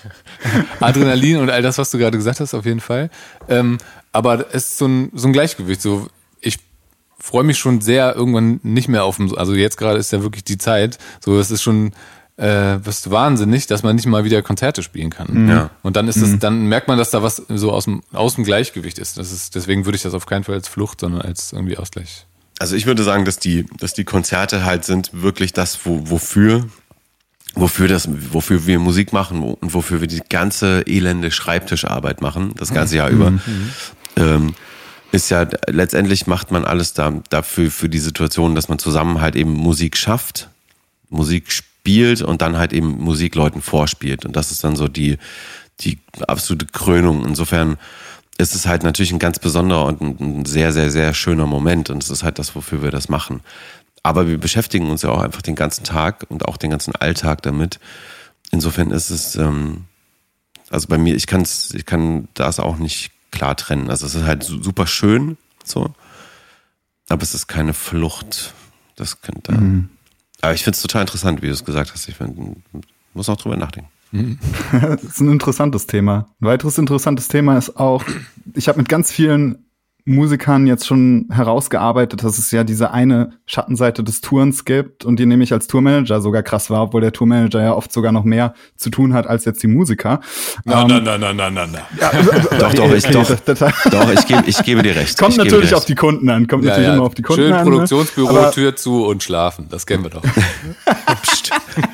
Adrenalin und all das, was du gerade gesagt hast, auf jeden Fall. Ähm, aber es ist so ein, so ein Gleichgewicht. So, ich freue mich schon sehr irgendwann nicht mehr auf dem, also jetzt gerade ist ja wirklich die Zeit, so es ist schon äh, was wahnsinnig, dass man nicht mal wieder Konzerte spielen kann. Mhm. Ja. Und dann ist es, dann merkt man, dass da was so aus dem, aus dem Gleichgewicht ist. Das ist. Deswegen würde ich das auf keinen Fall als Flucht, sondern als irgendwie Ausgleich. Also ich würde sagen, dass die, dass die Konzerte halt sind wirklich das, wo, wofür, wofür das, wofür wir Musik machen und wofür wir die ganze elende Schreibtischarbeit machen, das ganze Jahr über. Mhm. Ähm, ist ja, letztendlich macht man alles da, dafür, für die Situation, dass man zusammen halt eben Musik schafft, Musik spielt und dann halt eben Musikleuten vorspielt. Und das ist dann so die, die absolute Krönung. Insofern ist es halt natürlich ein ganz besonderer und ein sehr, sehr, sehr schöner Moment. Und es ist halt das, wofür wir das machen. Aber wir beschäftigen uns ja auch einfach den ganzen Tag und auch den ganzen Alltag damit. Insofern ist es, ähm, also bei mir, ich kann's, ich kann das auch nicht klar trennen. Also es ist halt super schön, so, aber es ist keine Flucht. Das könnte. Mhm. Aber ich finde es total interessant, wie du es gesagt hast. Ich find, muss auch drüber nachdenken. Mhm. Das ist ein interessantes Thema. Ein weiteres interessantes Thema ist auch, ich habe mit ganz vielen Musikern jetzt schon herausgearbeitet, dass es ja diese eine Schattenseite des Tourens gibt und die nämlich als Tourmanager sogar krass war, obwohl der Tourmanager ja oft sogar noch mehr zu tun hat als jetzt die Musiker. Na, ähm, na, na, na, na, na, na. Ja, Doch, doch, ich, okay, doch, das, das, doch, ich gebe, ich gebe dir recht. Kommt ich gebe natürlich dir auf die Kunden an, kommt Ja, natürlich ja. immer auf die Kunden Schön an. Produktionsbüro, Aber, Tür zu und schlafen. Das kennen wir doch. Psst.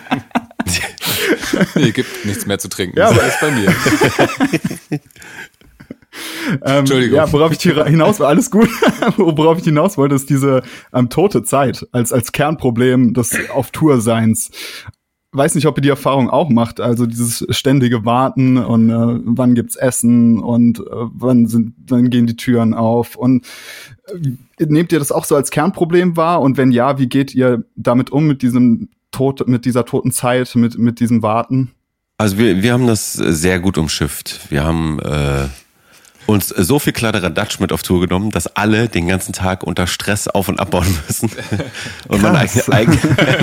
Nee, gibt nichts mehr zu trinken. Ja, das aber- ist bei mir. ähm, Entschuldigung. Ja, worauf ich hier hinaus war, alles gut. Worauf ich hinaus wollte, ist diese ähm, tote Zeit als als Kernproblem des auf Tour Seins. Weiß nicht, ob ihr die Erfahrung auch macht, also dieses ständige Warten und äh, wann gibt's Essen und äh, wann sind, wann gehen die Türen auf und äh, nehmt ihr das auch so als Kernproblem wahr und wenn ja, wie geht ihr damit um mit diesem Tod, mit dieser toten Zeit, mit mit diesem Warten? Also wir, wir haben das sehr gut umschifft. Wir haben äh, uns so viel Kladderadatsch mit auf Tour genommen, dass alle den ganzen Tag unter Stress auf- und abbauen müssen. Und man Krass. eigentlich...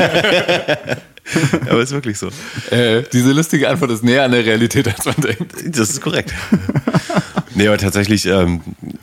Aber ist wirklich so. Äh, diese lustige Antwort ist näher an der Realität, als man denkt. Das ist korrekt. Nee, aber tatsächlich, ähm,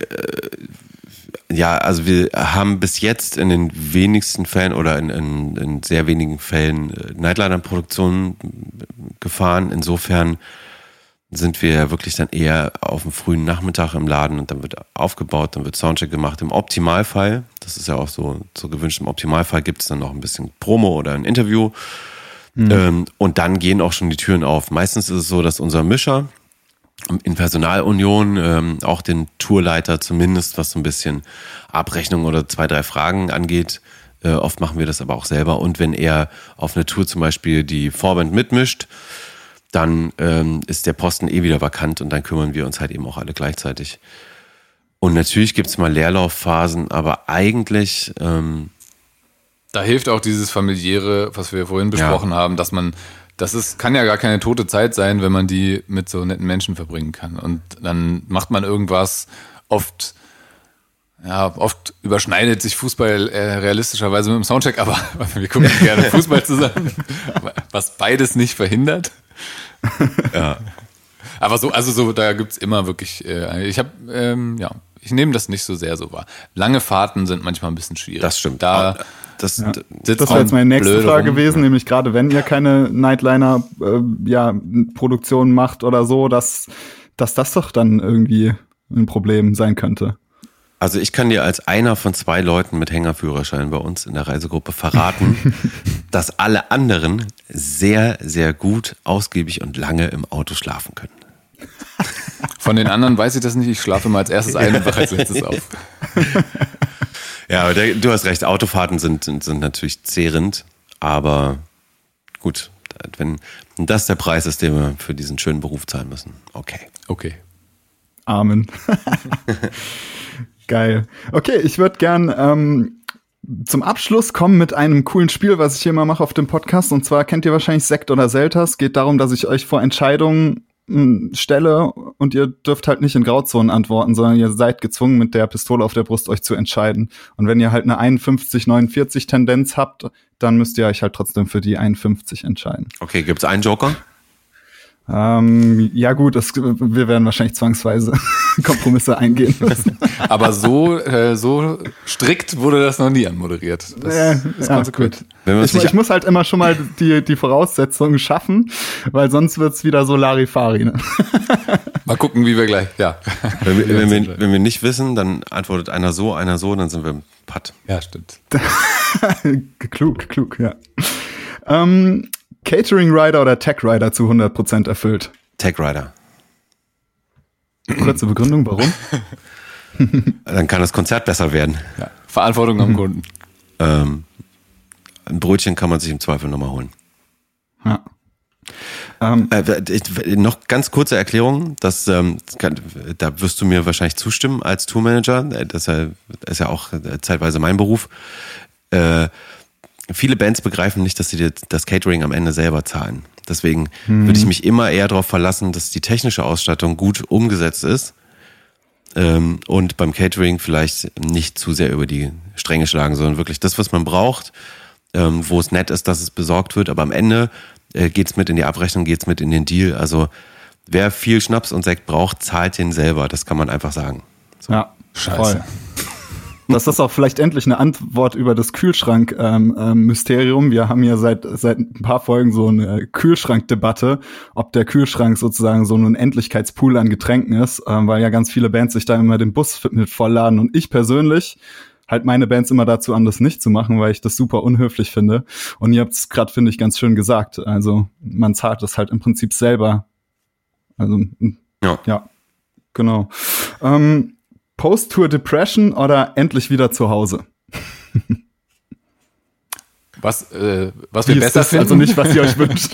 äh, ja, also wir haben bis jetzt in den wenigsten Fällen oder in, in, in sehr wenigen Fällen äh, Nightliner-Produktionen gefahren. Insofern sind wir ja wirklich dann eher auf dem frühen Nachmittag im Laden und dann wird aufgebaut, dann wird Soundcheck gemacht. Im Optimalfall, das ist ja auch so, so gewünscht, im Optimalfall gibt es dann noch ein bisschen Promo oder ein Interview. Mhm. Ähm, und dann gehen auch schon die Türen auf. Meistens ist es so, dass unser Mischer in Personalunion ähm, auch den Tourleiter zumindest, was so ein bisschen Abrechnung oder zwei, drei Fragen angeht, äh, oft machen wir das aber auch selber. Und wenn er auf einer Tour zum Beispiel die Vorband mitmischt, dann ähm, ist der Posten eh wieder vakant und dann kümmern wir uns halt eben auch alle gleichzeitig. Und natürlich gibt's mal Leerlaufphasen, aber eigentlich... Ähm, Da hilft auch dieses familiäre, was wir vorhin besprochen Ja. haben, dass man, das ist, kann ja gar keine tote Zeit sein, wenn man die mit so netten Menschen verbringen kann. Und dann macht man irgendwas, oft, ja, oft überschneidet sich Fußball äh, realistischerweise mit dem Soundcheck, aber wir gucken gerne Fußball zusammen, was beides nicht verhindert. ja. Aber so, also so, da gibt's immer wirklich, äh, ich habe, ähm, ja, ich nehme das nicht so sehr so wahr. Lange Fahrten sind manchmal ein bisschen schwierig. Das stimmt. Da Das, Ja. sitzt Das wäre jetzt meine nächste blöd Frage rum. gewesen, nämlich gerade wenn ihr keine Nightliner äh, ja, Produktion macht oder so, dass, dass das doch dann irgendwie ein Problem sein könnte. Also ich kann dir als einer von zwei Leuten mit Hängerführerschein bei uns in der Reisegruppe verraten, dass alle anderen sehr, sehr gut, ausgiebig und lange im Auto schlafen können. Von den anderen weiß ich das nicht. Ich schlafe mal als erstes ein und wache als letztes auf. Ja, aber der, du hast recht, Autofahrten sind, sind, sind natürlich zehrend, aber gut, wenn das der Preis ist, den wir für diesen schönen Beruf zahlen müssen, okay. Okay. Amen. Geil. Okay, ich würde gern ähm, zum Abschluss kommen mit einem coolen Spiel, was ich hier immer mache auf dem Podcast. Und zwar kennt ihr wahrscheinlich Sekt oder Selters. Geht darum, dass ich euch vor Entscheidungen mh, stelle und ihr dürft halt nicht in Grauzonen antworten, sondern ihr seid gezwungen, mit der Pistole auf der Brust euch zu entscheiden. Und wenn ihr halt eine einundfünfzig neunundvierzig Tendenz habt, dann müsst ihr euch halt trotzdem für die einundfünfzig entscheiden. Okay, gibt's einen Joker? Ähm, ja gut, das, wir werden wahrscheinlich zwangsweise Kompromisse eingehen müssen. Aber so, äh, so strikt wurde das noch nie anmoderiert. Das Äh, ist ja, konsequent. gut. Wenn wir uns Ich, nicht ich muss halt immer schon mal die, die Voraussetzungen schaffen, weil sonst wird's wieder so Larifari. Ne? Mal gucken, wie wir gleich, ja. Wenn wir, Wie wir wenn, uns wir, entscheiden. wenn wir nicht wissen, dann antwortet einer so, einer so, dann sind wir im Putt. Ja, stimmt. klug, klug, ja. Ähm, Catering Rider oder Tech Rider zu hundert Prozent erfüllt? Tech Rider. Kurze Begründung, warum? Dann kann das Konzert besser werden. Ja. Verantwortung am Kunden. Ähm, ein Brötchen kann man sich im Zweifel nochmal holen. Ja. Ähm, Äh, ich, noch ganz kurze Erklärung, das, ähm, kann, da wirst du mir wahrscheinlich zustimmen als Tourmanager, das ist ja, ist ja auch zeitweise mein Beruf. Äh, viele Bands begreifen nicht, dass sie dir das Catering am Ende selber zahlen. Deswegen mhm. würde ich mich immer eher darauf verlassen, dass die technische Ausstattung gut umgesetzt ist ähm, und beim Catering vielleicht nicht zu sehr über die Stränge schlagen, sondern wirklich das, was man braucht, ähm, wo es nett ist, dass es besorgt wird, aber am Ende äh, geht's mit in die Abrechnung, geht's mit in den Deal. Also wer viel Schnaps und Sekt braucht, zahlt den selber, das kann man einfach sagen. So. Ja, Scheiße. voll. Das ist auch vielleicht endlich eine Antwort über das Kühlschrank-Mysterium. Ähm, ähm, Wir haben ja seit seit ein paar Folgen so eine Kühlschrankdebatte, ob der Kühlschrank sozusagen so ein Unendlichkeitspool an Getränken ist, ähm, weil ja ganz viele Bands sich da immer den Bus mit vollladen. Und ich persönlich halt meine Bands immer dazu an, das nicht zu machen, weil ich das super unhöflich finde. Und ihr habt es gerade, finde ich, ganz schön gesagt. Also man zahlt das halt im Prinzip selber. Also Ja. ja, genau. Ähm, Post-Tour-Depression oder endlich wieder zu Hause? Was, äh, was wir Wie ist besser das? finden? Also nicht, was ihr euch wünscht.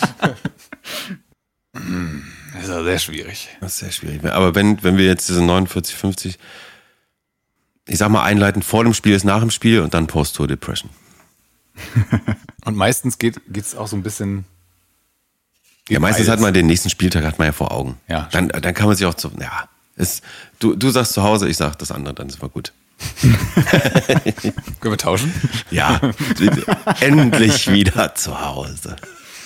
Das ist ja sehr schwierig. Das ist sehr schwierig. Aber wenn, wenn wir jetzt diese neunundvierzig, fünfzig, ich sag mal, einleiten, vor dem Spiel ist nach dem Spiel und dann Post-Tour-Depression. Und meistens geht es auch so ein bisschen. Ja, meistens hat man den nächsten Spieltag hat man ja vor Augen. Ja, dann, dann kann man sich auch so, ja, ist, du, du sagst zu Hause, ich sag das andere, dann ist mal gut. Können wir tauschen? Ja, endlich wieder zu Hause.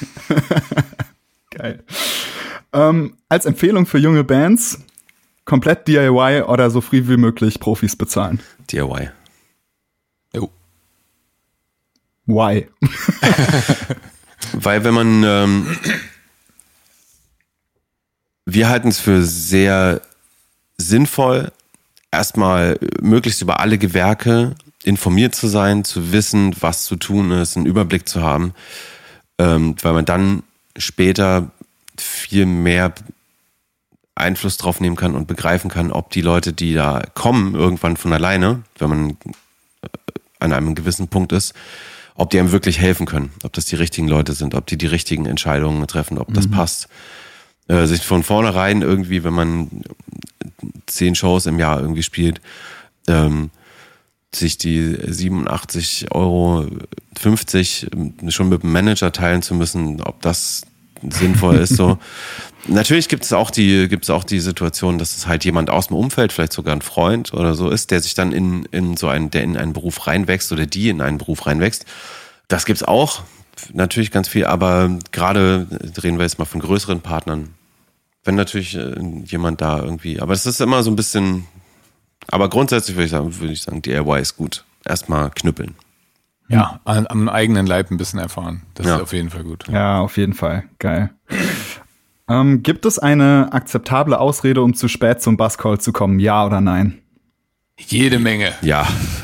Geil. Ähm, als Empfehlung für junge Bands, komplett D I Y oder so früh wie möglich Profis bezahlen. D I Y. Jo. Why? Weil wenn man, ähm, wir halten es für sehr sinnvoll, erstmal möglichst über alle Gewerke informiert zu sein, zu wissen, was zu tun ist, einen Überblick zu haben, ähm, weil man dann später viel mehr Einfluss drauf nehmen kann und begreifen kann, ob die Leute, die da kommen, irgendwann von alleine, wenn man an einem gewissen Punkt ist, ob die einem wirklich helfen können, ob das die richtigen Leute sind, ob die die richtigen Entscheidungen treffen, ob das mhm. passt. Äh, sich von vornherein irgendwie, wenn man zehn Shows im Jahr irgendwie spielt, ähm, sich die siebenundachtzig Euro fünfzig schon mit dem Manager teilen zu müssen, ob das sinnvoll ist. So. Natürlich gibt es auch die, gibt es auch die Situation, dass es halt jemand aus dem Umfeld, vielleicht sogar ein Freund oder so ist, der sich dann in, in so einen, der in einen Beruf reinwächst oder die in einen Beruf reinwächst. Das gibt's auch. Natürlich ganz viel, aber gerade reden wir jetzt mal von größeren Partnern. Wenn natürlich jemand da irgendwie, aber es ist immer so ein bisschen, aber grundsätzlich würde ich sagen, würde ich sagen, D I Y ist gut. Erstmal knüppeln. Ja, an, am eigenen Leib ein bisschen erfahren. Das Ja. ist auf jeden Fall gut. Ja, auf jeden Fall. Geil. ähm, gibt es eine akzeptable Ausrede, um zu spät zum Buzzcall zu kommen? Ja oder nein? Jede Menge. Ja.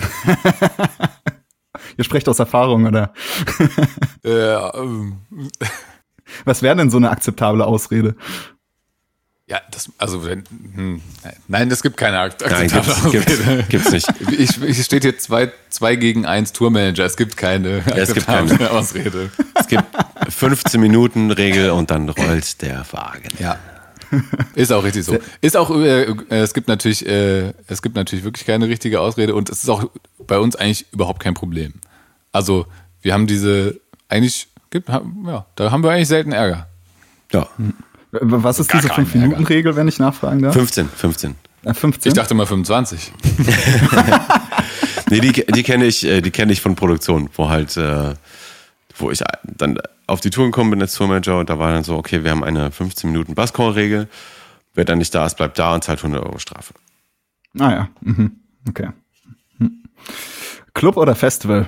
Ihr sprecht aus Erfahrung, oder? Äh, ähm, Was wäre denn so eine akzeptable Ausrede? ja, das, also, wenn, hm, nein, es gibt keine Akt- Nein, akzeptable gibt's, Ausrede. gibt's, gibt's nicht. Ich, ich steht hier zwei, zwei gegen eins Tourmanager. Es gibt keine es gibt akzeptable keine. Ausrede. Es gibt fünfzehn Minuten Regel und dann rollt der Wagen. Ja. Ist auch richtig so. Ist auch, äh, es gibt natürlich, äh, es gibt natürlich wirklich keine richtige Ausrede und es ist auch bei uns eigentlich überhaupt kein Problem. Also, wir haben diese, eigentlich, gibt, ja, da haben wir eigentlich selten Ärger. Ja. Was ist Gar diese keinen fünf-Minuten-Regel, wenn ich nachfragen darf? fünfzehn, fünfzehn. Äh, fünfzehn? Ich dachte mal fünfundzwanzig. Nee, die, die kenne ich, die kenne ich von Produktion, wo halt, äh, wo ich dann auf die Tour gekommen bin als Tourmanager und da war dann so, okay, wir haben eine fünfzehn Minuten Buzzcall-Regel. Wer dann nicht da ist, bleibt da und zahlt hundert Euro Strafe. Ah ja, mhm. Okay. Hm. Club oder Festival?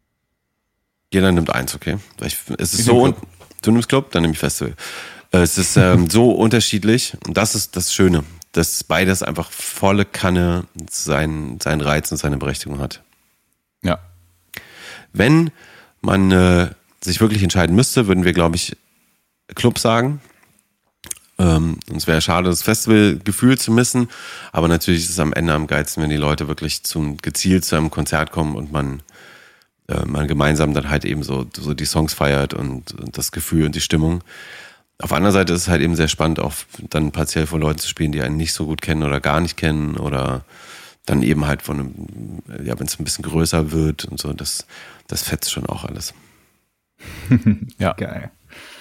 Jeder nimmt eins, okay? Ich, es ist Ich so, nehm un- du nimmst Club, dann nehme ich Festival. Es ist ähm, so unterschiedlich und das ist das Schöne, dass beides einfach volle Kanne seinen, seinen Reiz und seine Berechtigung hat. Ja. Wenn man äh, sich wirklich entscheiden müsste, würden wir, glaube ich, Club sagen. Ähm, und es wäre schade, das Festivalgefühl zu missen, aber natürlich ist es am Ende am geilsten, wenn die Leute wirklich zum, gezielt zu einem Konzert kommen und man, äh, man gemeinsam dann halt eben so, so die Songs feiert und, und das Gefühl und die Stimmung. Auf der anderen Seite ist es halt eben sehr spannend, auch dann partiell von Leuten zu spielen, die einen nicht so gut kennen oder gar nicht kennen oder dann eben halt von einem, ja, wenn es ein bisschen größer wird und so, das, das fetzt schon auch alles. Ja. Geil.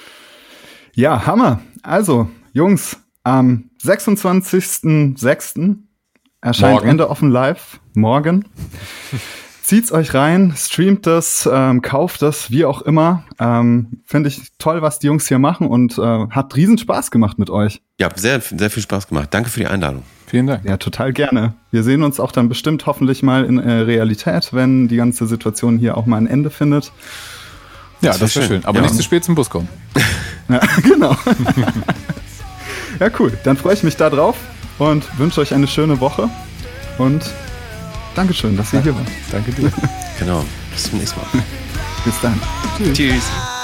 Ja, Hammer. Also, Jungs, am sechsundzwanzigsten sechsten erscheint Morgen. Ende offen live. Morgen. Zieht's euch rein, streamt das, ähm, kauft das, wie auch immer. Ähm, Finde ich toll, was die Jungs hier machen und äh, hat riesen Spaß gemacht mit euch. Ja, sehr, sehr viel Spaß gemacht. Danke für die Einladung. Vielen Dank. Ja, total gerne. Wir sehen uns auch dann bestimmt hoffentlich mal in äh, Realität, wenn die ganze Situation hier auch mal ein Ende findet. Ja, das, das wäre schön. schön. Aber ja. nicht zu spät zum Bus kommen. Ja, genau. Ja, cool. Dann freue ich mich da drauf und wünsche euch eine schöne Woche. Und Dankeschön, dass ihr ja. hier wart. Danke dir. Genau. Bis zum nächsten Mal. Bis dann. Tschüss. Tschüss.